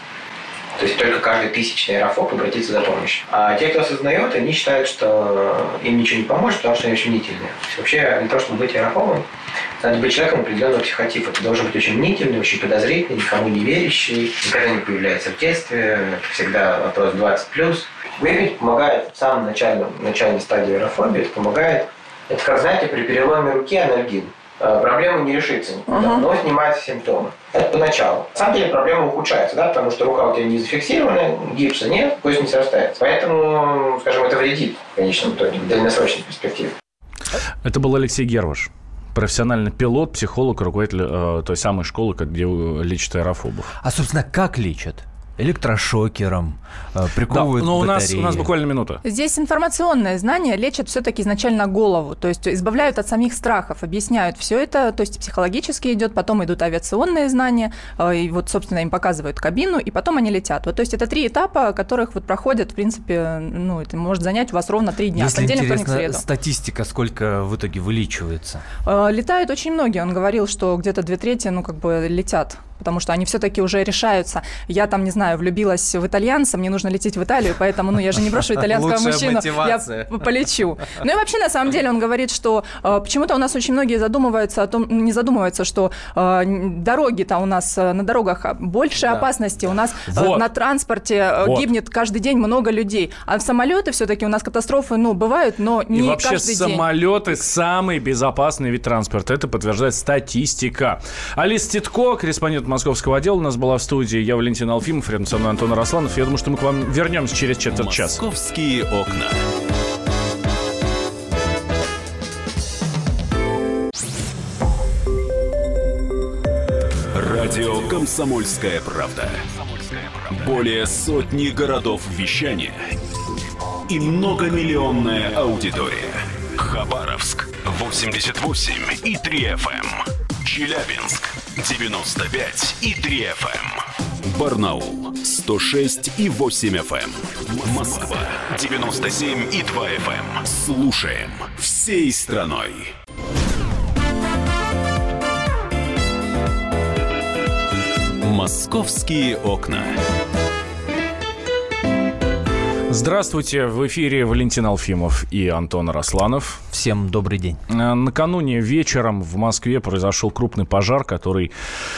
То есть только каждый 1000 аэрофоб обратится за помощью. А те, кто осознает, они считают, что им ничего не поможет, потому что они очень мнительные. Вообще, для того, чтобы быть аэрофобом, надо быть человеком определенного психотипа. Ты должен быть очень мнительный, очень подозрительный, никому не верящий, никогда не появляется в детстве, это всегда вопрос 20+. Выпить помогает в самом начальной стадии аэрофобии, это помогает. Это как, знаете, при переломе руки анальгин. Проблема не решится никуда, но снимается симптомы. Это поначалу. На самом деле проблема ухудшается, да, потому что рука у тебя не зафиксирована, гипса нет, кость не срастается. Поэтому, скажем, это вредит в конечном итоге, в дальносрочной перспективе.
Это был Алексей Герваш, профессиональный пилот, психолог, руководитель той самой школы, где лечат аэрофобов.
А, собственно, как лечат? Электрошокером, приковывают батареи.
У нас буквально минута.
Здесь информационное знание лечат все-таки изначально голову, то есть избавляют от самих страхов, объясняют все это, то есть психологически идет, потом идут авиационные знания, и вот, собственно, им показывают кабину, и потом они летят. Вот, то есть это 3 этапа, которых вот проходят, в принципе, это может занять у вас ровно 3 дня.
Если интересна статистика, сколько в итоге вылечивается?
Летают очень многие. Он говорил, что где-то 2/3, летят, потому что они все-таки уже решаются. Я там, не знаю, влюбилась в итальянца, мне нужно лететь в Италию, поэтому, я же не брошу итальянского мужчину, я полечу. Ну и вообще, на самом деле, он говорит, что почему-то у нас очень многие не задумываются, что дороги-то у нас, на дорогах больше опасности, у нас на транспорте гибнет каждый день много людей, а в самолеты все-таки у нас катастрофы, бывают, но не каждый день. И
вообще самолеты самый безопасный вид транспорта, это подтверждает статистика. Алиса Титко, корреспондент московского отдела, у нас была в студии. Я Валентин Алфимов, рядом со мной Антон Арасланов. Я думаю, что мы к вам вернемся через четверть часа.
Московские окна. Радио «Комсомольская правда». Более сотни городов вещания и многомиллионная аудитория. Хабаровск 88,3 FM. Челябинск 95,3 FM. Барнаул 106,8 FM. Москва 97,2 FM. Слушаем всей страной. Московские окна.
Здравствуйте, в эфире Валентин Алфимов и Антон Арасланов.
Всем добрый день.
Накануне вечером в Москве произошел крупный пожар, который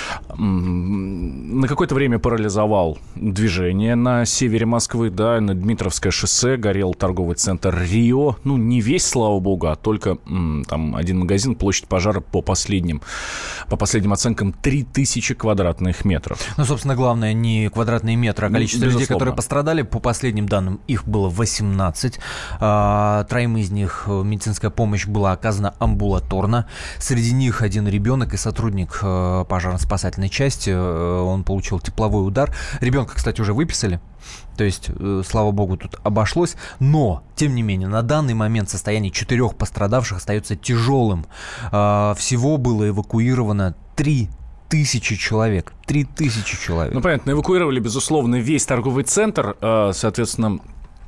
на какое-то время парализовал движение на севере Москвы, да, на Дмитровское шоссе горел торговый центр «Рио». Не весь, слава богу, а только там один магазин. Площадь пожара по последним оценкам 3000 квадратных метров.
Собственно, главное не квадратные метры, а количество людей, которые пострадали. По последним данным их было 18. Троим из них медицинская помощь была оказана амбулаторно. Среди них один ребенок и сотрудник пожарно-спасательной части. Он получил тепловой удар. Ребенка, кстати, уже выписали. То есть, слава богу, тут обошлось. Но, тем не менее, на данный момент состояние 4 пострадавших остается тяжелым. Всего было эвакуировано 3000 человек. 3000 человек.
Ну, понятно, эвакуировали, безусловно, весь торговый центр. Соответственно,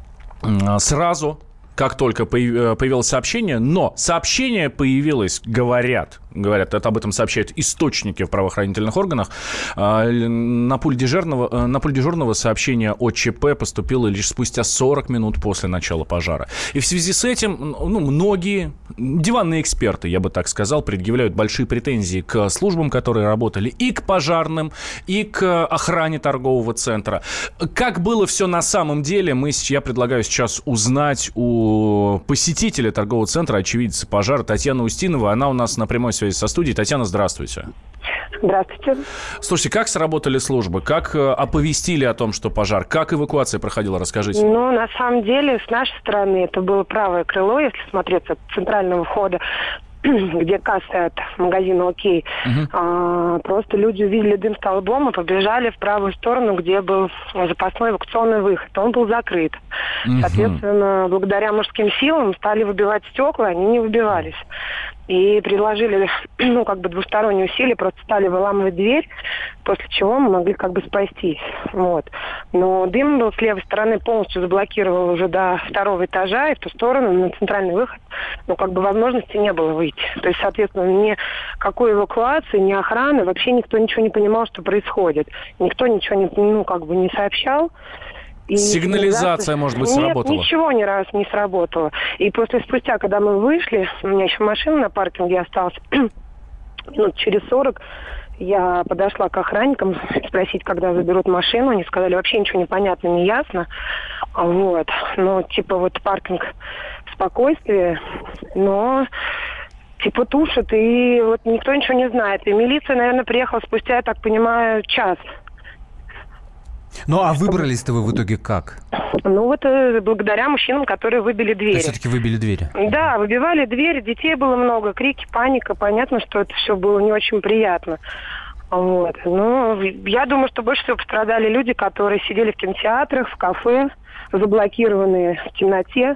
сразу, как только появилось сообщение, но сообщение появилось, говорят, это об этом сообщают источники в правоохранительных органах, на пульт дежурного сообщение о ЧП поступило лишь спустя 40 минут после начала пожара. И в связи с этим, многие диванные эксперты, я бы так сказал, предъявляют большие претензии к службам, которые работали, и к пожарным, и к охране торгового центра. Как было все на самом деле, я предлагаю сейчас узнать у посетителя торгового центра, очевидца пожара, Татьяны Устиновой. Она у нас на прямой связи со студией. Татьяна, здравствуйте.
Здравствуйте.
Слушайте, как сработали службы? Как оповестили о том, что пожар? Как эвакуация проходила? Расскажите.
На самом деле, с нашей стороны, это было правое крыло, если смотреть от центрального входа, где касса от магазина «Окей». Просто люди увидели дым столбом и побежали в правую сторону, где был запасной эвакуационный выход. Он был закрыт. Соответственно, благодаря мужским силам стали выбивать стекла, они не выбивались. И приложили, двусторонние усилия, просто стали выламывать дверь, после чего мы могли спастись. Вот. Но дым был с левой стороны, полностью заблокировал уже до 2-го этажа, и в ту сторону, на центральный выход, возможности не было выйти. То есть, соответственно, ни какой эвакуации, ни охраны, вообще никто ничего не понимал, что происходит. Никто ничего не сообщал. И
сигнализация, может быть, сработала?
Нет, ничего ни разу не сработало. И спустя, когда мы вышли, у меня еще машина на паркинге осталась, минут через 40 я подошла к охранникам спросить, когда заберут машину. Они сказали, вообще ничего не понятно, не ясно. Вот. Паркинг спокойствие, но тушат, и никто ничего не знает. И милиция, наверное, приехала спустя, я так понимаю, час.
А выбрались-то вы в итоге как?
Благодаря мужчинам, которые выбили двери.
То есть все-таки выбили двери?
Да, выбивали двери, детей было много, крики, паника. Понятно, что это все было не очень приятно. Вот. Я думаю, что больше всего пострадали люди, которые сидели в кинотеатрах, в кафе, заблокированные в темноте.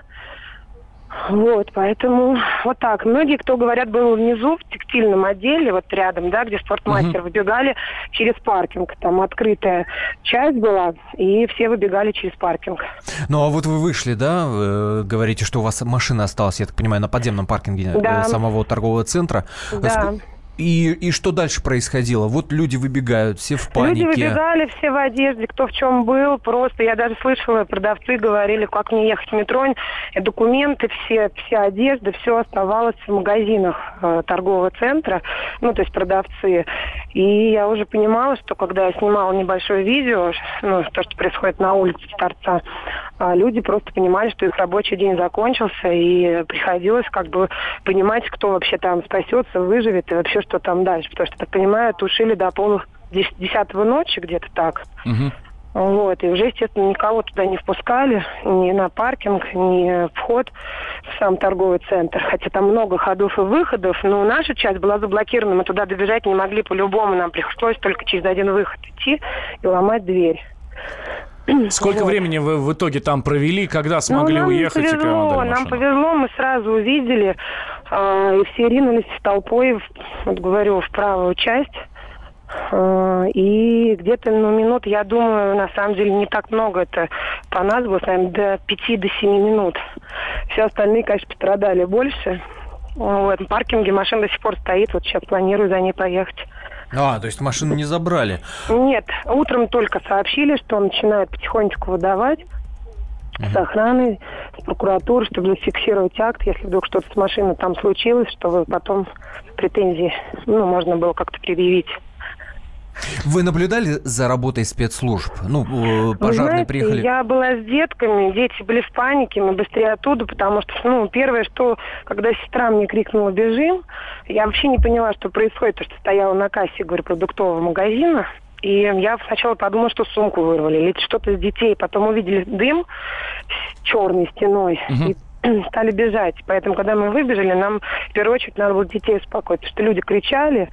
Поэтому так. Многие, кто, говорят, был внизу, в текстильном отделе, рядом, где спортмастер, выбегали через паркинг. Там открытая часть была, и все выбегали через паркинг.
А вы вышли, да? Вы говорите, что у вас машина осталась, я так понимаю, на подземном паркинге самого торгового центра.
Да.
И что дальше происходило? Люди выбегают, все в панике.
Люди выбегали, все в одежде, кто в чем был. Просто я даже слышала, продавцы говорили, как мне ехать в метро. Документы, вся одежда, все оставалось в магазинах торгового центра. То есть продавцы. И я уже понимала, что когда я снимала небольшое видео, то, что происходит на улице Торца, люди просто понимали, что их рабочий день закончился, и приходилось понимать, кто вообще там спасется, выживет, и вообще что там дальше. Потому что, так понимаю, тушили до 10:30 ночи, где-то так. И уже, естественно, никого туда не впускали, ни на паркинг, ни вход в сам торговый центр. Хотя там много ходов и выходов, но наша часть была заблокирована, мы туда добежать не могли по-любому, нам пришлось только через один выход идти и ломать дверь.
Сколько времени вы в итоге там провели, когда смогли уехать?
Нам повезло, мы сразу увидели, и все ринулись толпой, в правую часть. И где-то минут, я думаю, на самом деле не так много это понадобилось, наверное, до 5-7 минут. Все остальные, конечно, пострадали больше. В этом паркинге машина до сих пор стоит, сейчас планирую за ней поехать.
То есть машину не забрали?
Нет, утром только сообщили, что начинают потихонечку выдавать с охраной, с прокуратуры, чтобы зафиксировать акт, если вдруг что-то с машиной там случилось, чтобы потом претензии можно было как-то предъявить.
Вы наблюдали за работой спецслужб? Пожарные приехали.
Я была с детками, дети были в панике, мы быстрее оттуда, потому что, первое, что, когда сестра мне крикнула «бежим», я вообще не поняла, что происходит, потому что стояла на кассе, продуктового магазина, И я сначала подумала, что сумку вырвали или что-то с детей. Потом увидели дым черной стеной и стали бежать. Поэтому, когда мы выбежали, нам в первую очередь надо было детей успокоить. Потому что люди кричали,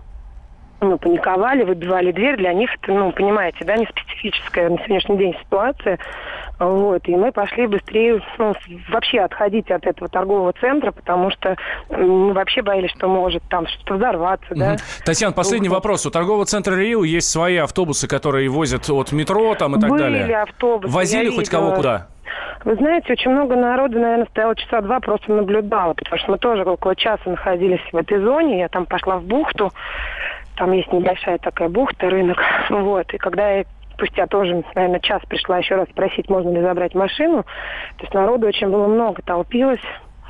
паниковали, выбивали дверь. Для них это, понимаете, да, не специфическая на сегодняшний день ситуация. Вот. И мы пошли быстрее вообще отходить от этого торгового центра, потому что мы вообще боялись, что может там что-то взорваться. Да?
Татьяна, последний вопрос. У торгового центра Рио есть свои автобусы, которые возят от метро там, и так далее.
Были автобусы.
Возили хоть кого куда?
Вы знаете, очень много народу, наверное, стояло часа 2, просто наблюдала, потому что мы тоже около часа находились в этой зоне. Я там пошла в бухту, там есть небольшая такая бухта, рынок. Вот. И когда я спустя тоже, наверное, час пришла еще раз спросить, можно ли забрать машину, то есть народу очень было много, толпилось.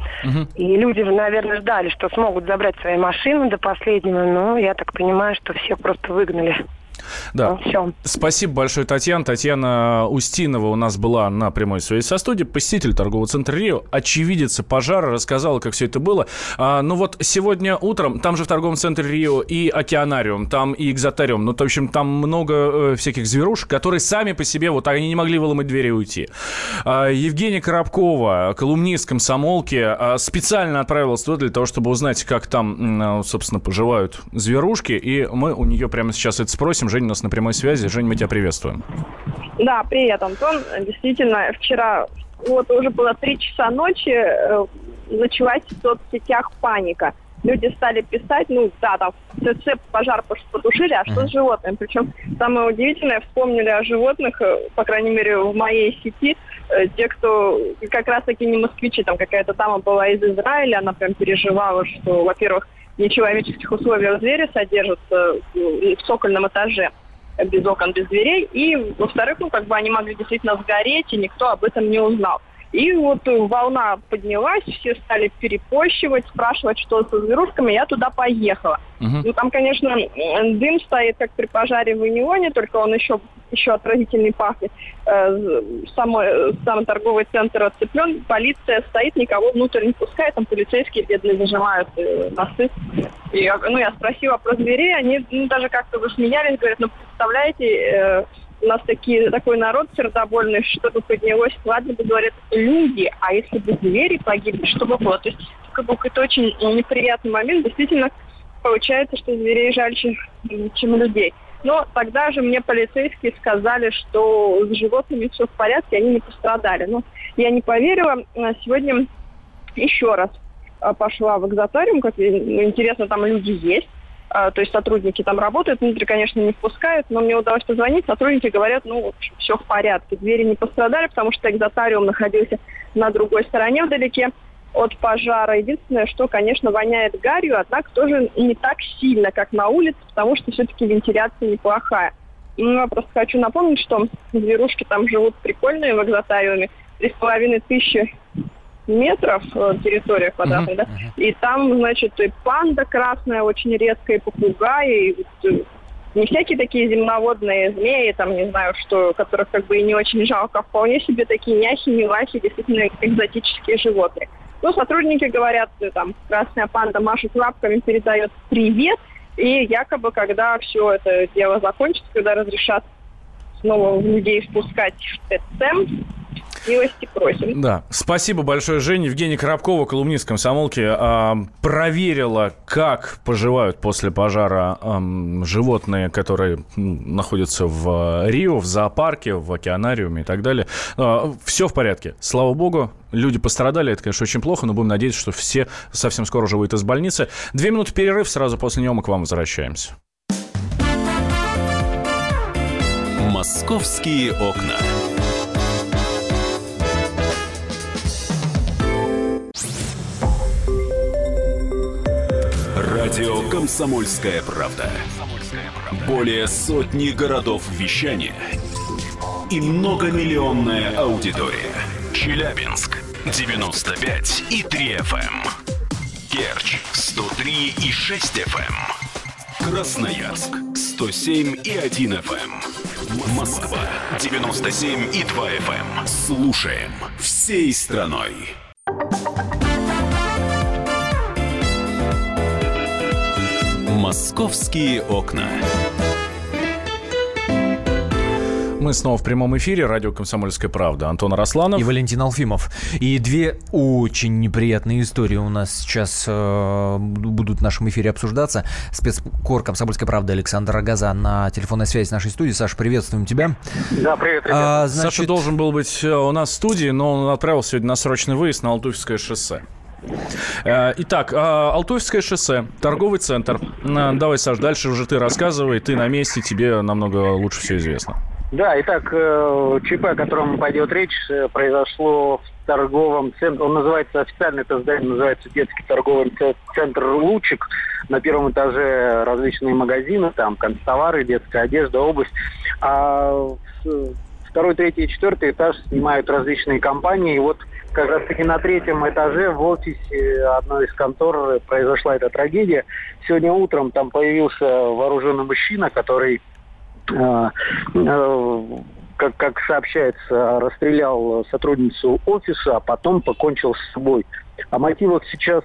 И люди, наверное, ждали, что смогут забрать свои машины до последнего, но я так понимаю, что всех просто выгнали.
Да. Спасибо большое, Татьяна. Татьяна Устинова у нас была на прямой связи со студией, посетитель торгового центра Рио, очевидец пожара, рассказала, как все это было. Вот сегодня утром, там же в торговом центре Рио и океанариум, там и экзотариум, в общем, там много всяких зверушек, которые сами по себе, они не могли выломать двери и уйти. Евгения Коробкова, колумнист комсомолки, специально отправилась туда для того, чтобы узнать, как там, собственно, поживают зверушки, и мы у нее прямо сейчас это спросим. Женя у нас на прямой связи. Жень, мы тебя приветствуем.
Да, привет, Антон. Действительно, вчера уже было 3 часа ночи, началась в соцсетях паника. Люди стали писать, там в ТЦ пожар потушили, а что с животными? Причем самое удивительное, вспомнили о животных, по крайней мере, в моей сети, те, кто как раз-таки не москвичи, там какая-то дама была из Израиля, она прям переживала, что, во-первых, в нечеловеческих условиях звери содержатся в цокольном этаже, без окон, без дверей. И, во-вторых, они могли действительно сгореть, и никто об этом не узнал. И волна поднялась, все стали перепощивать, спрашивать, что со зверушками, я туда поехала. Там, конечно, дым стоит, как при пожаре в Инионе, только он еще отвратительный пахнет. Сам торговый центр отцеплен, полиция стоит, никого внутрь не пускает, там полицейские бедные зажимают носы. И я спросила про зверей, они даже как-то засмеялись, говорят, представляете, у нас такой народ сердобольный, что-то поднялось, ладно бы, говорят, люди, а если бы звери погибли, что бы было? То есть это очень неприятный момент, действительно получается, что зверей жальче, чем людей. Но тогда же мне полицейские сказали, что с животными все в порядке, они не пострадали. Но я не поверила. Сегодня еще раз пошла в экзотариум, как интересно, там люди есть. То есть сотрудники там работают, внутрь, конечно, не впускают, но мне удалось позвонить, сотрудники говорят, все в порядке, двери не пострадали, потому что экзотариум находился на другой стороне вдалеке от пожара. Единственное, что, конечно, воняет гарью, однако тоже не так сильно, как на улице, потому что все-таки вентиляция неплохая. Я просто хочу напомнить, что зверушки там живут прикольные в экзотариуме, 3500 метров территория квадратная, да, и там, значит, и панда красная очень редкая, и попугаи, и не всякие такие земноводные змеи, там, не знаю, что, которых и не очень жалко, а вполне себе такие няхи, милахи, действительно экзотические животные. Сотрудники говорят, там, красная панда машет лапками, передает привет, и якобы, когда все это дело закончится, когда разрешат снова людей впускать в ТЦ, милости просим.
Да, спасибо большое, Женя. Евгения Коробкова, колумнист комсомолки, проверила, как поживают после пожара животные, которые находятся в Рио, в зоопарке, в океанариуме и так далее. Все в порядке, слава богу. Люди пострадали, это, конечно, очень плохо, но будем надеяться, что все совсем скоро уже выйдут из больницы. 2 минуты перерыв, сразу после него мы к вам возвращаемся.
«Московские окна». Радио «Комсомольская правда». Более сотни городов вещания и многомиллионная аудитория. Челябинск 95,3 FM. Керчь 103,6 FM. Красноярск 107,1 FM. Москва 97,2 FM. Слушаем всей страной. «Московские окна».
Мы снова в прямом эфире. Радио «Комсомольская правда». Антон Арасланов.
И Валентин Алфимов. И две очень неприятные истории у нас сейчас будут в нашем эфире обсуждаться. Спецкор «Комсомольской правды» Александр Рогоза на телефонной связи с нашей студией. Саша, приветствуем тебя.
Да, привет, ребята.
Саша должен был быть у нас в студии, но он отправился сегодня на срочный выезд на Алтуфьевское шоссе. Итак, Алтуфьевское шоссе, торговый центр. Давай, Саш, дальше уже ты рассказывай. Ты на месте, тебе намного лучше все известно.
Да, итак, ЧП, о котором пойдет речь, произошло в торговом центре. Он называется, официально это здание называется детский торговый центр «Лучик». На первом этаже различные магазины, там канцтовары, детская одежда, обувь. А второй, третий и четвертый этаж снимают различные компании. И вот как раз-таки на третьем этаже в офисе одной из контор произошла эта трагедия. Сегодня утром там появился вооруженный мужчина, который, как сообщается, расстрелял сотрудницу офиса, а потом покончил с собой. О мотивах сейчас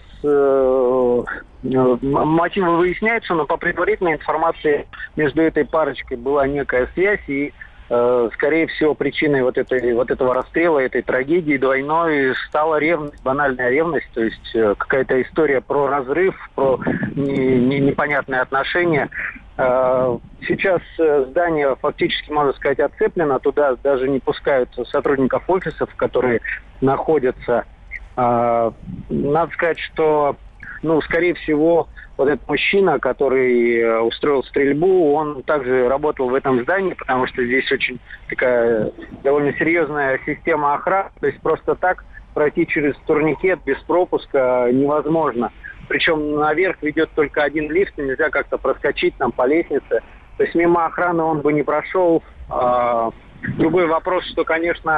мотивы выясняются, но по предварительной информации между этой парочкой была некая связь, и скорее всего, причиной вот этого расстрела, этой трагедии двойной стала ревность, банальная ревность, то есть какая-то история про разрыв, про непонятные отношения. Сейчас здание фактически, можно сказать, отцеплено, туда даже не пускают сотрудников офисов, которые находятся. Надо сказать, что, скорее всего, вот этот мужчина, который устроил стрельбу, он также работал в этом здании, потому что здесь очень такая довольно серьезная система охраны. То есть просто так пройти через турникет без пропуска невозможно. Причем наверх ведет только один лифт, нельзя как-то проскочить там по лестнице. То есть мимо охраны он бы не прошел. Другой вопрос, что, конечно,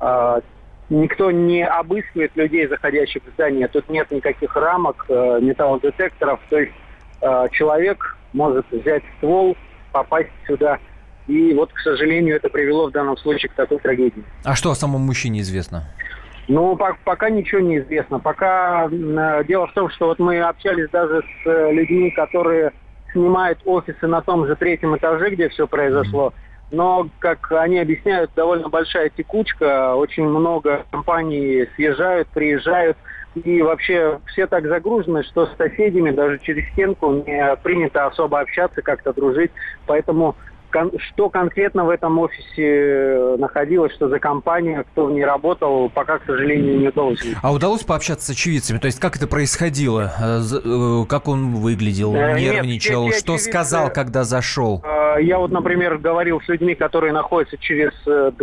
никто не обыскивает людей, заходящих в здание. Тут нет никаких рамок, металлодетекторов. То есть человек может взять ствол, попасть сюда. И вот, к сожалению, это привело в данном случае к такой трагедии.
А что о самом мужчине известно?
Пока ничего не известно. Пока дело в том, что вот мы общались даже с людьми, которые снимают офисы на том же третьем этаже, где все произошло. Но, как они объясняют, довольно большая текучка, очень много компаний съезжают, приезжают, и вообще все так загружены, что с соседями даже через стенку не принято особо общаться, как-то дружить. Поэтому что конкретно в этом офисе находилось, что за компания, кто в ней работал, пока, к сожалению, не удалось.
А удалось пообщаться с очевидцами? То есть как это происходило? Как он выглядел, нервничал? Нет, что сказал, когда зашел?
Я вот, например, говорил с людьми, которые находятся через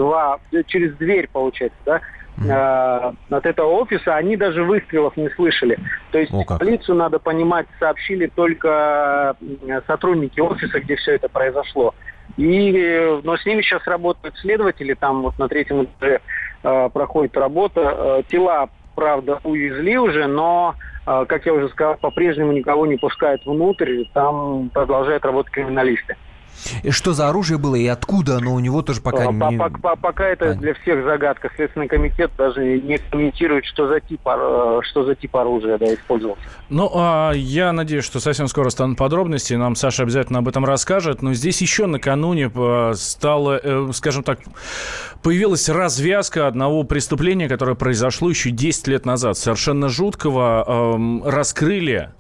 дверь, получается, да, от этого офиса, они даже выстрелов не слышали. То есть полицию, надо понимать, сообщили только сотрудники офиса, где все это произошло. Но с ними сейчас работают следователи, там вот на третьем этаже проходит работа. Тела, правда, увезли уже, но, как я уже сказал, по-прежнему никого не пускают внутрь, там продолжают работать криминалисты.
И что за оружие было и откуда оно у него, тоже пока не...
Пока это для всех загадка. Следственный комитет даже не комментирует, что за тип оружия использовался.
Я надеюсь, что совсем скоро станут подробности, нам Саша обязательно об этом расскажет. Но здесь еще накануне стало, скажем так, появилась развязка одного преступления, которое произошло еще 10 лет назад. Совершенно жуткого. Раскрыли...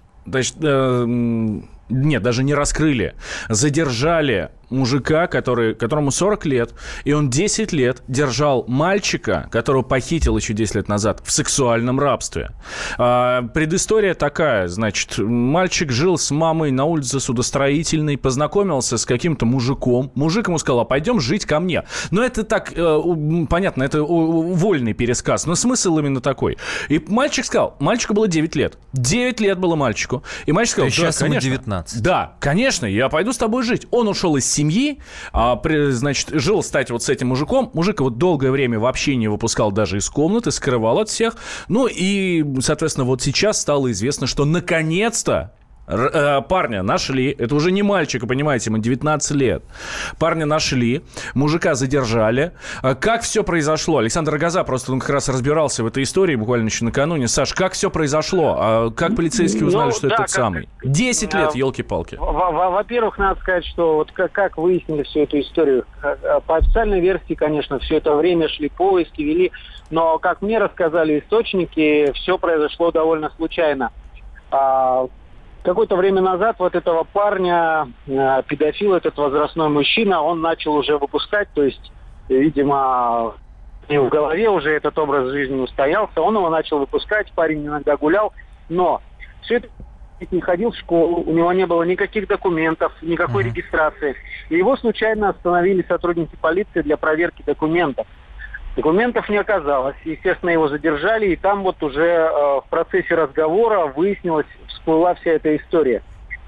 Нет, даже не раскрыли. Задержали мужика, которому 40 лет, и он 10 лет держал мальчика, которого похитил еще 10 лет назад, в сексуальном рабстве. Предыстория такая, значит, мальчик жил с мамой на улице Судостроительной, познакомился с каким-то мужиком. Мужик ему сказал: пойдем жить ко мне. Но это так, понятно, это вольный пересказ, но смысл именно такой. И мальчик сказал, мальчику было 9 лет. 9 лет было мальчику. И мальчик сказал:
сейчас ему 19.
Да, конечно, я пойду с тобой жить. Он ушел из семьи, значит, жил, кстати, вот с этим мужиком. Мужик его долгое время вообще не выпускал даже из комнаты, скрывал от всех. И, соответственно, вот сейчас стало известно, что наконец-то Парня нашли. Это уже не мальчик, понимаете, ему 19 лет. Парня нашли. Мужика задержали. Как все произошло? Александр Рогоза, просто он как раз разбирался в этой истории буквально еще накануне. Саш, как все произошло? Как полицейские узнали, что это тот самый? 10 лет, елки-палки.
Во-первых, надо сказать, что вот как выяснили всю эту историю. По официальной версии, конечно, все это время шли поиски, вели. Но, как мне рассказали источники, все произошло довольно случайно. Какое-то время назад вот этого парня, педофил, этот возрастной мужчина, он начал уже выпускать, то есть, видимо, в голове уже этот образ жизни устоялся, он его начал выпускать, парень иногда гулял, но все это не ходил в школу, у него не было никаких документов, никакой регистрации. И его случайно остановили сотрудники полиции для проверки документов. Документов не оказалось. Естественно, его задержали, и там вот уже в процессе разговора выяснилось, всплыла вся эта история.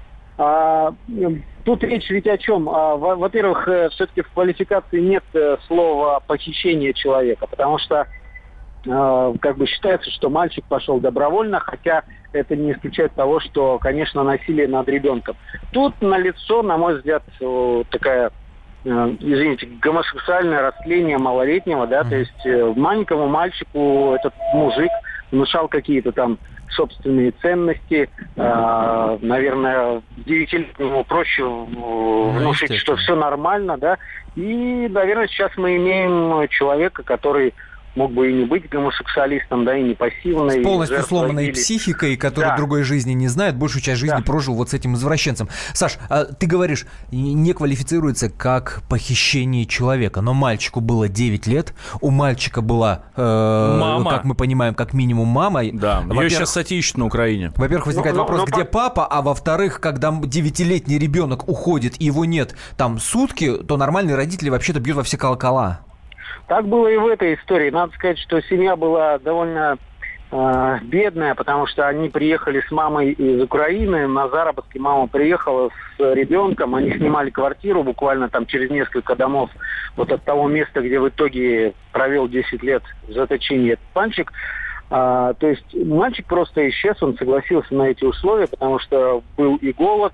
Тут речь ведь о чем? Во-первых, все-таки в квалификации нет слова «похищение человека», потому что как бы считается, что мальчик пошел добровольно, хотя это не исключает того, что, конечно, насилие над ребенком. Тут налицо, на мой взгляд, такая... извините, гомосексуальное растление малолетнего, да, то есть маленькому мальчику этот мужик внушал какие-то там собственные ценности, наверное, 9-летнему проще внушить, что все нормально, да, и, наверное, сейчас мы имеем человека, который мог бы и не быть гомосексуалистом, да, и не пассивной.
С полностью сломанной психикой, который другой жизни не знает, большую часть жизни прожил вот с этим извращенцем. Саш, ты говоришь, не квалифицируется как похищение человека, но мальчику было 9 лет, у мальчика была, как мы понимаем, как минимум мама.
Да, ее сейчас статьи ищут на Украине.
Во-первых, возникает вопрос, где папа, а во-вторых, когда 9-летний ребенок уходит и его нет там сутки, то нормальные родители вообще-то бьют во все колокола.
Так было и в этой истории. Надо сказать, что семья была довольно бедная, потому что они приехали с мамой из Украины на заработки. Мама приехала с ребенком, они снимали квартиру буквально там через несколько домов вот от того места, где в итоге провел 10 лет в заточении этот мальчик. То есть мальчик просто исчез, он согласился на эти условия, потому что был и голод,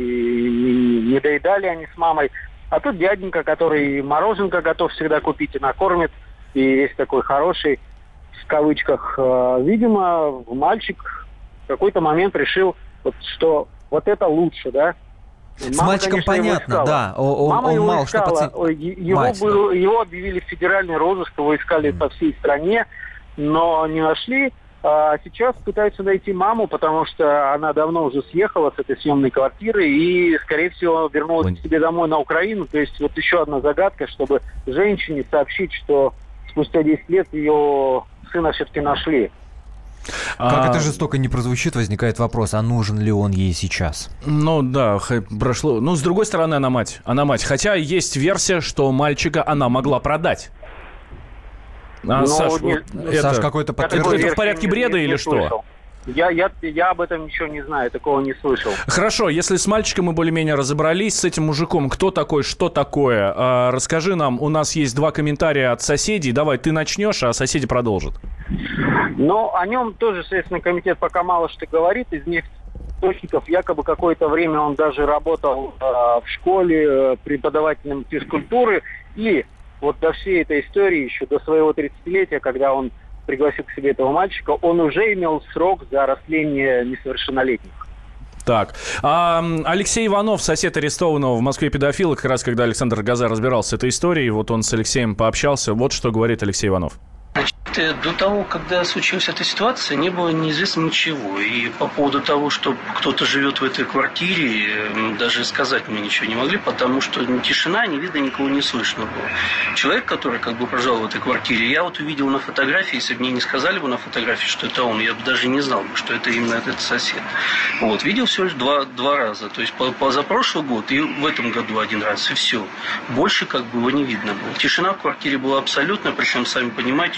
и не доедали они с мамой. А тут дяденька, который мороженка готов всегда купить и накормит, и есть такой хороший, в кавычках. Видимо, мальчик в какой-то момент решил, что вот это лучше, да.
С мальчиком понятно, да. Он мало что
его объявили в федеральный розыск, его искали по всей стране, но не нашли. А сейчас пытаются найти маму, потому что она давно уже съехала с этой съемной квартиры и, скорее всего, вернулась к себе домой на Украину. То есть вот еще одна загадка, чтобы женщине сообщить, что спустя 10 лет ее сына все-таки нашли.
Как это жестоко не прозвучит, возникает вопрос, а нужен ли он ей сейчас?
Ну да, прошло. Ну, с другой стороны, она мать. Хотя есть версия, что мальчика она могла продать. Саш,
Саш, какой-то подтверждение.
Это в порядке бреда или что?
Я об этом ничего не знаю, такого не слышал.
Хорошо, если с мальчиком мы более-менее разобрались, с этим мужиком, кто такой, что такое, расскажи нам, у нас есть 2 комментария от соседей, давай ты начнешь, а соседи продолжат.
Ну, о нем тоже, Следственный комитет пока мало что говорит, из них источников, якобы какое-то время он даже работал в школе преподавателем физкультуры, и вот до всей этой истории, еще до своего 30-летия, когда он пригласил к себе этого мальчика, он уже имел срок за растление несовершеннолетних.
Так, Алексей Иванов, сосед арестованного в Москве педофила, как раз когда Александр Рогоза разбирался с этой историей, вот он с Алексеем пообщался, вот что говорит Алексей Иванов.
Значит, до того, когда случилась эта ситуация, не было неизвестно ничего. И по поводу того, что кто-то живет в этой квартире, даже сказать мне ничего не могли, потому что ни тишина, ни видно, никого не слышно было. Человек, который как бы проживал в этой квартире, я вот увидел на фотографии, если бы мне не сказали бы на фотографии, что это он, я бы даже не знал, что это именно этот сосед. Вот, видел всего лишь два раза. То есть позапрошлый год и в этом году 1 раз, и все. Больше как бы его не видно было. Тишина в квартире была абсолютно, причем, сами понимаете, что квартира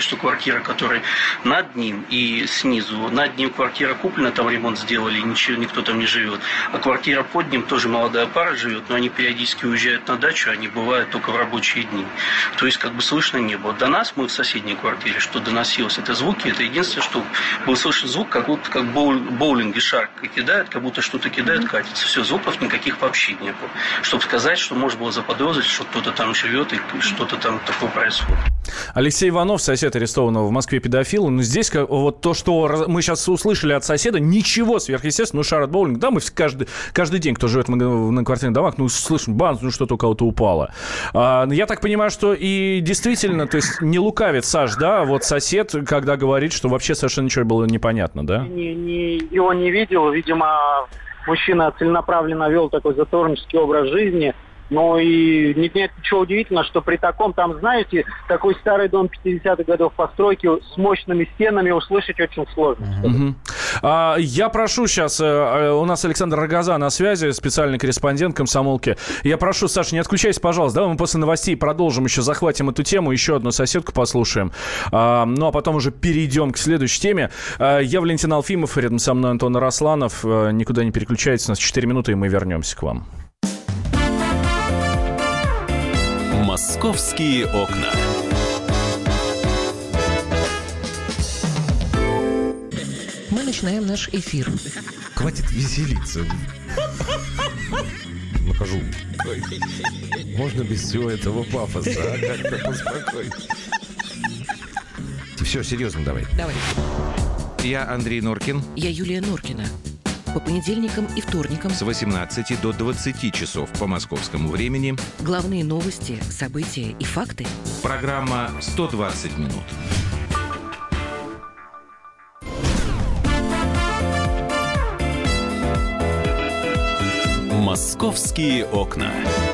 квартира, которая над ним и снизу. Над ним квартира куплена, там ремонт сделали, ничего, никто там не живет. А квартира под ним тоже молодая пара живет, но они периодически уезжают на дачу, они бывают только в рабочие дни. То есть как бы слышно не было. До нас, мы в соседней квартире, что доносилось, это звуки, это единственное, что был слышен звук, как будто как боулинги шар кидают, как будто что-то кидает, катится. Все, звуков никаких вообще не было. Чтобы сказать, что можно было заподозрить, что кто-то там живет и что-то там такое происходит.
Алексей Иванов, сосед арестованного в Москве педофила. Но здесь вот то, что мы сейчас услышали от соседа, ничего сверхъестественного. Шар от боулинга. Да, мы каждый день, кто живет на квартирных домах, слышим, бам, что-то у кого-то упало. Я так понимаю, что и действительно, то есть не лукавит Саш, да, вот сосед, когда говорит, что вообще совершенно ничего было непонятно, да?
Его не видел. Видимо, мужчина целенаправленно вел такой затворнический образ жизни. Но и нет ничего удивительного, что при таком, там, знаете, такой старый дом 50-х годов постройки с мощными стенами услышать очень сложно.
Я прошу сейчас, у нас Александр Рогоза на связи, специальный корреспондент комсомолки. Я прошу, Саша, не отключайся, пожалуйста. Давай мы после новостей продолжим, еще захватим эту тему, еще одну соседку послушаем. Ну, а потом уже перейдем к следующей теме. Я Валентин Алфимов, рядом со мной Антон Арасланов. Никуда не переключайтесь, у нас 4 минуты, и мы вернемся к вам.
«Московские окна».
Мы начинаем наш эфир.
Хватит веселиться. Нахожу. Можно без всего этого пафоса, как-то поспокойнее. Все, серьезно, давай.
Давай.
Я Андрей Норкин.
Я Юлия Норкина. По понедельникам и вторникам
с 18 до 20 часов по московскому времени.
Главные новости, события и факты.
Программа «120 минут».
«Московские окна».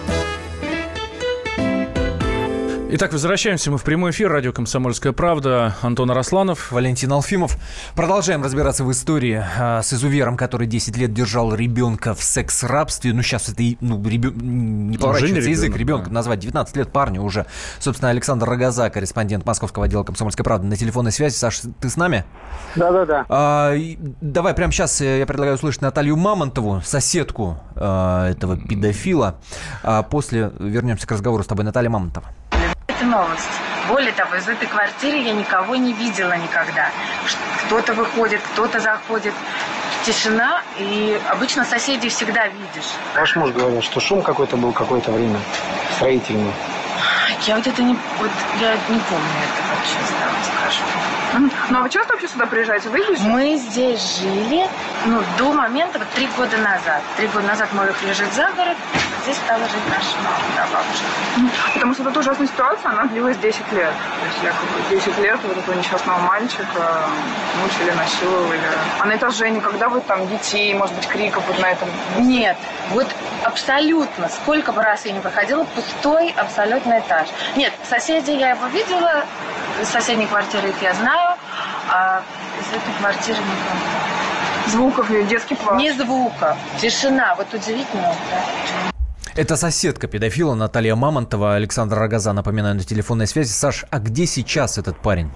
Итак, возвращаемся мы в прямой эфир. Радио «Комсомольская правда». Антон Арасланов.
Валентин Алфимов. Продолжаем разбираться в истории с изувером, который 10 лет держал ребенка в секс-рабстве. Ну, сейчас это не поворачивается язык. Ребенка назвать. 19 лет парню уже. Собственно, Александр Рогоза, корреспондент московского отдела «Комсомольской правды», на телефонной связи. Саш, ты с нами?
Да.
Давай прямо сейчас я предлагаю услышать Наталью Мамонтову, соседку этого педофила. После вернемся к разговору с тобой. Наталья Мамонтова.
Это новость. Более того, из этой квартиры я никого не видела никогда. Кто-то выходит, кто-то заходит. Тишина, и обычно соседей всегда видишь.
Ваш муж говорил, что шум какой-то был какое-то время строительный.
Я вот это не помню этого, честно вам скажу.
Ну, а вы часто вообще сюда приезжаете? Вы здесь?
Мы здесь жили, до момента, 3 года назад. 3 года назад мы уехали жить за город, здесь стала жить наша мама, бабушка.
Потому что эта ужасная ситуация, она длилась 10 лет. То есть якобы 10 лет вот этого несчастного мальчика мучили, насиловали. А на этаже никогда вы там детей, может быть, криков вот на этом?
Нет, вот абсолютно. Сколько бы раз я не проходила, пустой абсолютно этаж. Нет, соседей я его видела, из соседней квартиры их я знаю, а из этой квартиры никого.
Звуков и детский плач?
Не звуков, тишина. Вот удивительно, да.
Это соседка педофила Наталья Мамонтова. Александр Рогоза, напоминаю, на телефонной связи. Саш, а где сейчас этот парень?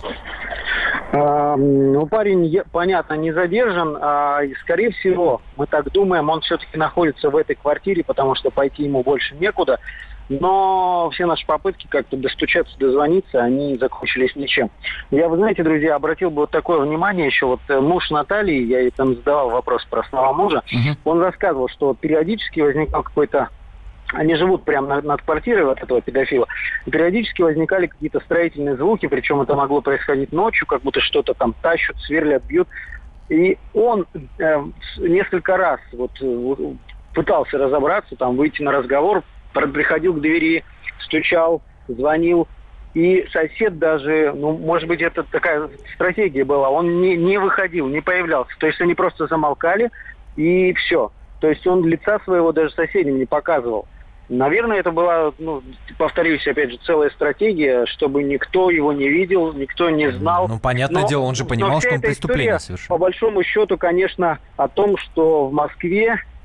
Парень, понятно, не задержан. И, скорее всего, мы так думаем, он все-таки находится в этой квартире, потому что пойти ему больше некуда. Но все наши попытки как-то достучаться, дозвониться, они закончились ничем. Вы знаете, друзья, обратил бы вот такое внимание еще. Вот муж Натальи, я ей там задавал вопрос про самого мужа, он рассказывал, что периодически возникал какой-то... Они живут прямо над квартирой вот этого педофила. И периодически возникали какие-то строительные звуки, причем это могло происходить ночью, как будто что-то там тащат, сверлят, бьют. И он несколько раз пытался разобраться, там, выйти на разговор, приходил к двери, стучал, звонил. И сосед даже, может быть, это такая стратегия была, он не выходил, не появлялся. То есть они просто замолкали, и все. То есть он лица своего даже соседям не показывал. Наверное, это была, повторюсь, опять же, целая стратегия, чтобы никто его не видел, никто не знал.
Понятное дело, он же понимал, что он преступление совершил.
По большому счету, конечно, о том, что в Москве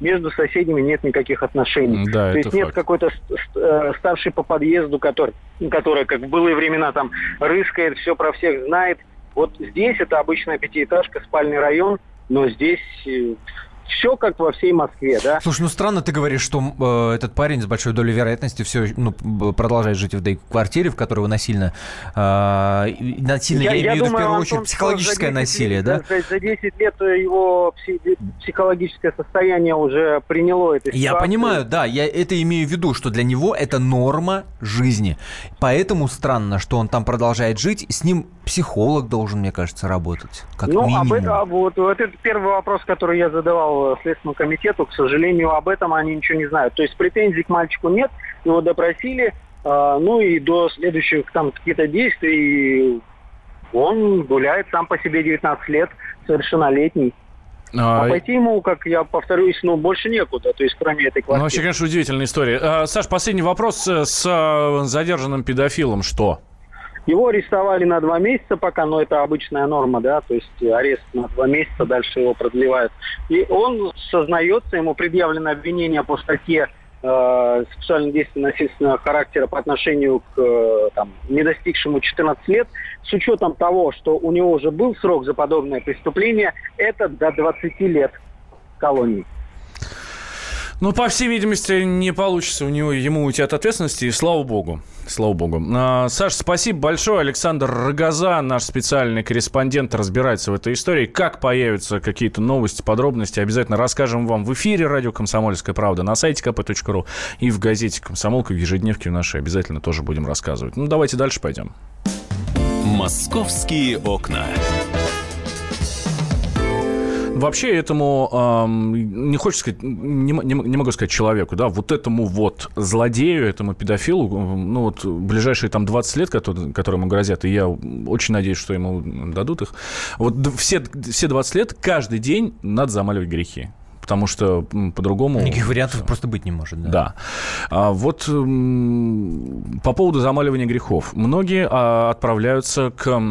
между соседями нет никаких отношений.
Да,
то есть нет какой-то старшей по подъезду, которая, как в былые времена, там рыскает, все про всех знает. Вот здесь это обычная пятиэтажка, спальный район, но здесь все как во всей Москве, да?
Слушай, странно ты говоришь, что этот парень с большой долей вероятности все продолжает жить в этой квартире, в которой его насильно... насильно, я имею в виду в первую очередь психологическое насилие, да?
За 10 лет его психологическое состояние уже приняло эту ситуацию.
Я понимаю, да, я это имею в виду, что для него это норма жизни. Поэтому странно, что он там продолжает жить, с ним психолог должен, мне кажется, работать, как минимум.
Вот это первый вопрос, который я задавал Следственному комитету. К сожалению, об этом они ничего не знают. То есть претензий к мальчику нет, его допросили, и до следующих там каких-то действий он гуляет сам по себе 19 лет, совершеннолетний. А пойти ему, как я повторюсь, больше некуда, то есть кроме этой квартиры.
Вообще, конечно, удивительная история. Саш, последний вопрос с задержанным педофилом. Что?
Его арестовали на 2 месяца пока, но это обычная норма, да, то есть арест на 2 месяца, дальше его продлевают. И он сознается, ему предъявлено обвинение по статье сексуального действия насильственного характера по отношению к недостигшему 14 лет. С учетом того, что у него уже был срок за подобное преступление, это до 20 лет колонии.
По всей видимости, не получится ему уйти от ответственности, и слава богу. Слава богу. Саш, спасибо большое. Александр Рогоза, наш специальный корреспондент, разбирается в этой истории. Как появятся какие-то новости, подробности, обязательно расскажем вам в эфире радио «Комсомольская правда», на сайте kp.ru и в газете «Комсомолка», в ежедневке нашей обязательно тоже будем рассказывать. Давайте дальше пойдем.
«Московские окна».
Вообще этому, не хочется сказать, не могу сказать человеку, да, вот этому вот злодею, этому педофилу, ближайшие 20 лет, которые ему грозят, и я очень надеюсь, что ему дадут их, вот все 20 лет каждый день надо замаливать грехи. Потому что по-другому...
Никаких вариантов просто быть не может.
Да. Вот по поводу замаливания грехов. Многие отправляются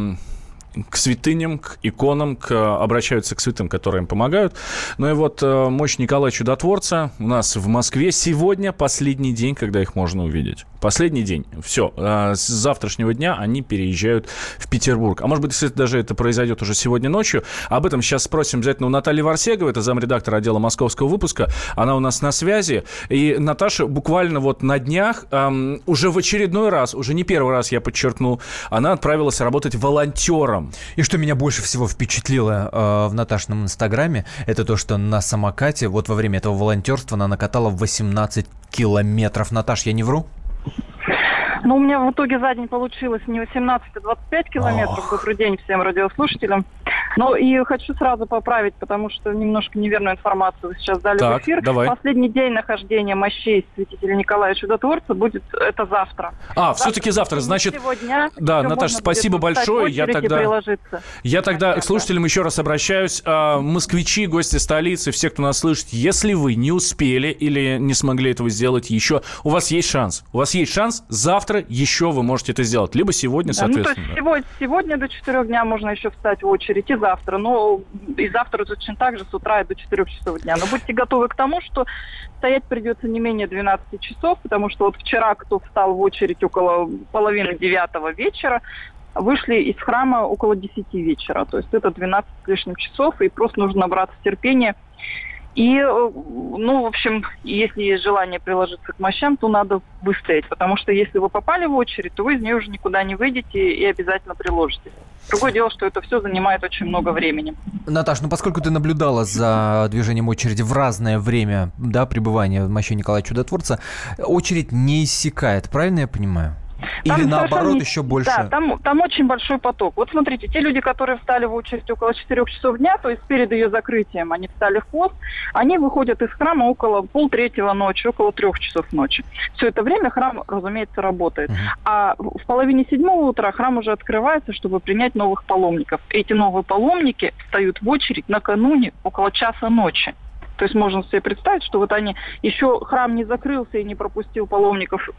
к святыням, к иконам, обращаются к святым, которые им помогают. И вот мощь Николая Чудотворца у нас в Москве сегодня последний день, когда их можно увидеть. Последний день. Все. С завтрашнего дня они переезжают в Петербург. А может быть, если даже это произойдет уже сегодня ночью. Об этом сейчас спросим обязательно у Натальи Варсеговой, это замредактора отдела московского выпуска. Она у нас на связи. И Наташа буквально на днях, уже в очередной раз, уже не первый раз, я подчеркну, она отправилась работать волонтером.
И что меня больше всего впечатлило в Наташином инстаграме, это то, что на самокате во время этого волонтерства она накатала 18 километров. Наташ, я не вру?
У меня в итоге за день получилось не 18, а 25 километров. Добрый день всем радиослушателям. И хочу сразу поправить, потому что немножко неверную информацию вы сейчас дали в эфир.
Давай.
Последний день нахождения мощей святителя Николая Чудотворца будет это завтра.
Все-таки завтра. Значит,
сегодня
Наташа, спасибо большое. Я тогда к слушателям еще раз обращаюсь. Москвичи, гости столицы, все, кто нас слышит, если вы не успели или не смогли этого сделать еще, у вас есть шанс. Завтра еще вы можете это сделать. Либо сегодня, соответственно.
То есть сегодня до 4 дня можно еще встать в очередь, и завтра. И завтра точно так же с утра и до 4 часов дня. Но будьте готовы к тому, что стоять придется не менее 12 часов, потому что вчера, кто встал в очередь около 8:30 вечера, вышли из храма около 10 вечера. То есть это 12 с лишним часов, и просто нужно набраться терпения. И, в общем, если есть желание приложиться к мощам, то надо выстоять, потому что если вы попали в очередь, то вы из нее уже никуда не выйдете и обязательно приложитесь. Другое дело, что это все занимает очень много времени.
Наташ, поскольку ты наблюдала за движением очереди в разное время, пребывания в мощи Николая Чудотворца, очередь не иссякает, правильно я понимаю? Или наоборот еще больше?
Да, там очень большой поток. Вот смотрите, те люди, которые встали в очередь около 4 часов дня, то есть перед ее закрытием, они встали в пост, они выходят из храма около 2:30 ночи, около 3 часов ночи. Все это время храм, разумеется, работает. А в 6:30 утра храм уже открывается, чтобы принять новых паломников. Эти новые паломники встают в очередь накануне около часа ночи. То есть можно себе представить, что они еще храм не закрылся и не пропустил паломников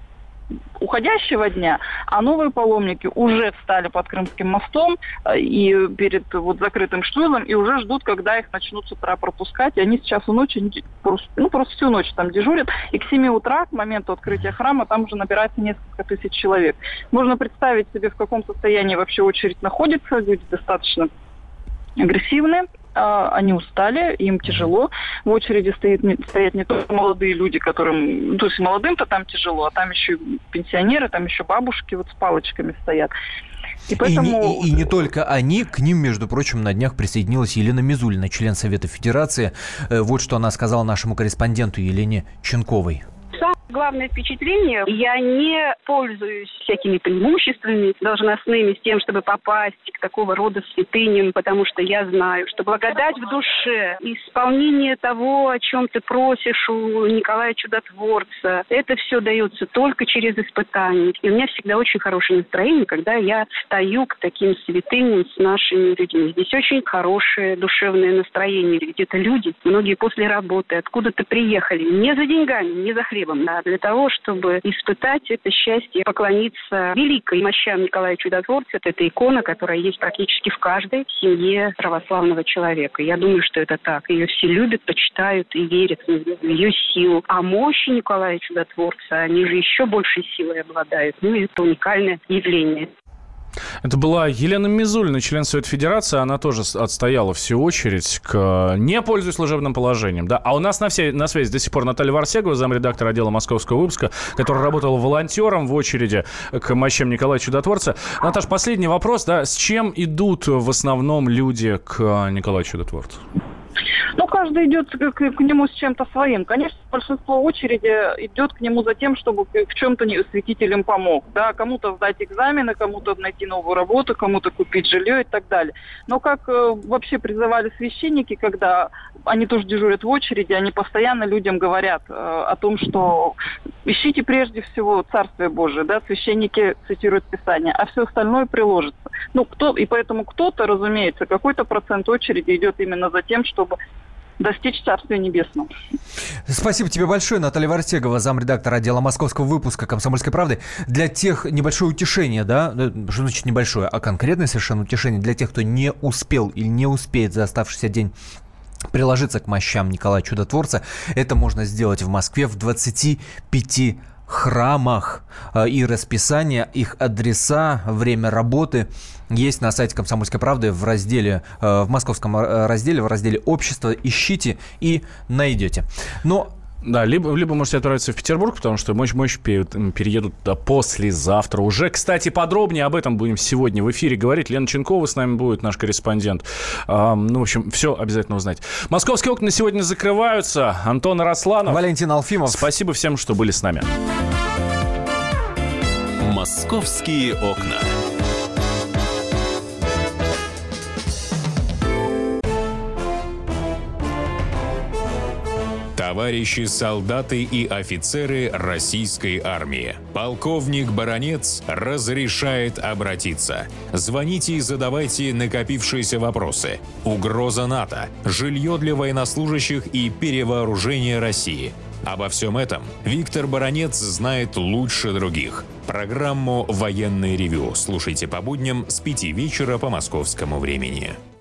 уходящего дня, а новые паломники уже встали под Крымским мостом и перед вот закрытым шлюзом и уже ждут, когда их начнут с утра пропускать. И они с часу ночи, просто всю ночь там дежурят. И к 7 утра, к моменту открытия храма, там уже набирается несколько тысяч человек. Можно представить себе, в каком состоянии вообще очередь находится. Люди достаточно агрессивные. Они устали, им тяжело. В очереди стоят не только молодые люди, которым... То есть молодым-то там тяжело, а там еще пенсионеры, там еще бабушки вот с палочками стоят. И поэтому...
и не только они, к ним, между прочим, на днях присоединилась Елена Мизулина, член Совета Федерации. Вот что она сказала нашему корреспонденту Елене Ченковой.
Самое главное впечатление, я не пользуюсь всякими преимуществами должностными с тем, чтобы попасть к такого рода святыням, потому что я знаю, что благодать в душе, исполнение того, о чем ты просишь у Николая Чудотворца, это все дается только через испытания. И у меня всегда очень хорошее настроение, когда я стою к таким святыням с нашими людьми. Здесь очень хорошее душевное настроение, где-то люди, многие после работы, откуда-то приехали, не за деньгами, не за хлебом, а для того, чтобы испытать это счастье, поклониться великой мощам Николая Чудотворца. Это икона, которая есть практически в каждой семье православного человека. Я думаю, что это так. Ее все любят, почитают и верят в ее силу. А мощи Николая Чудотворца, они же еще большей силой обладают. Это уникальное явление.
Это была Елена Мизулина, член Совета Федерации. Она тоже отстояла всю очередь к «не пользуясь служебным положением». Да? А у нас на связи до сих пор Наталья Варсегова, замредактора отдела московского выпуска, которая работала волонтером в очереди к мощам Николая Чудотворца. Наташ, последний вопрос. Да? С чем идут в основном люди к Николаю Чудотворцу?
Каждый идет к нему с чем-то своим. Конечно, большинство очереди идет к нему за тем, чтобы в чем-то святитель им помог. Да? Кому-то сдать экзамены, кому-то найти новую работу, кому-то купить жилье и так далее. Но как вообще призывали священники, когда они тоже дежурят в очереди, они постоянно людям говорят о том, что ищите прежде всего Царствие Божие. Да? Священники цитируют Писание, а все остальное приложится. И поэтому кто-то, разумеется, какой-то процент очереди идет именно за тем, чтобы достичь Царствия Небесного.
Спасибо тебе большое, Наталья Варсегова, замредактора отдела московского выпуска «Комсомольской правды». Для тех небольшое утешение, да, что значит небольшое, а конкретное совершенно утешение для тех, кто не успел или не успеет за оставшийся день приложиться к мощам Николая Чудотворца. Это можно сделать в Москве в 25 храмах. И расписание, их адреса, время работы есть на сайте «Комсомольской правды» в разделе, в московском разделе, в разделе «Общество». Ищите и найдете. Да, либо можете отправиться в Петербург, потому что мощь переедут туда послезавтра уже. Кстати, подробнее об этом будем сегодня в эфире говорить. Лена Ченкова с нами будет, наш корреспондент. В общем, все обязательно узнать. Московские окна сегодня закрываются. Антон Арасланов. Валентин Алфимов.
Спасибо всем, что были с нами.
Московские окна. Товарищи солдаты и офицеры российской армии. Полковник Баранец разрешает обратиться. Звоните и задавайте накопившиеся вопросы. Угроза НАТО, жилье для военнослужащих и перевооружение России. Обо всем этом Виктор Баранец знает лучше других. Программу «Военное ревю» слушайте по будням с 5 вечера по московскому времени.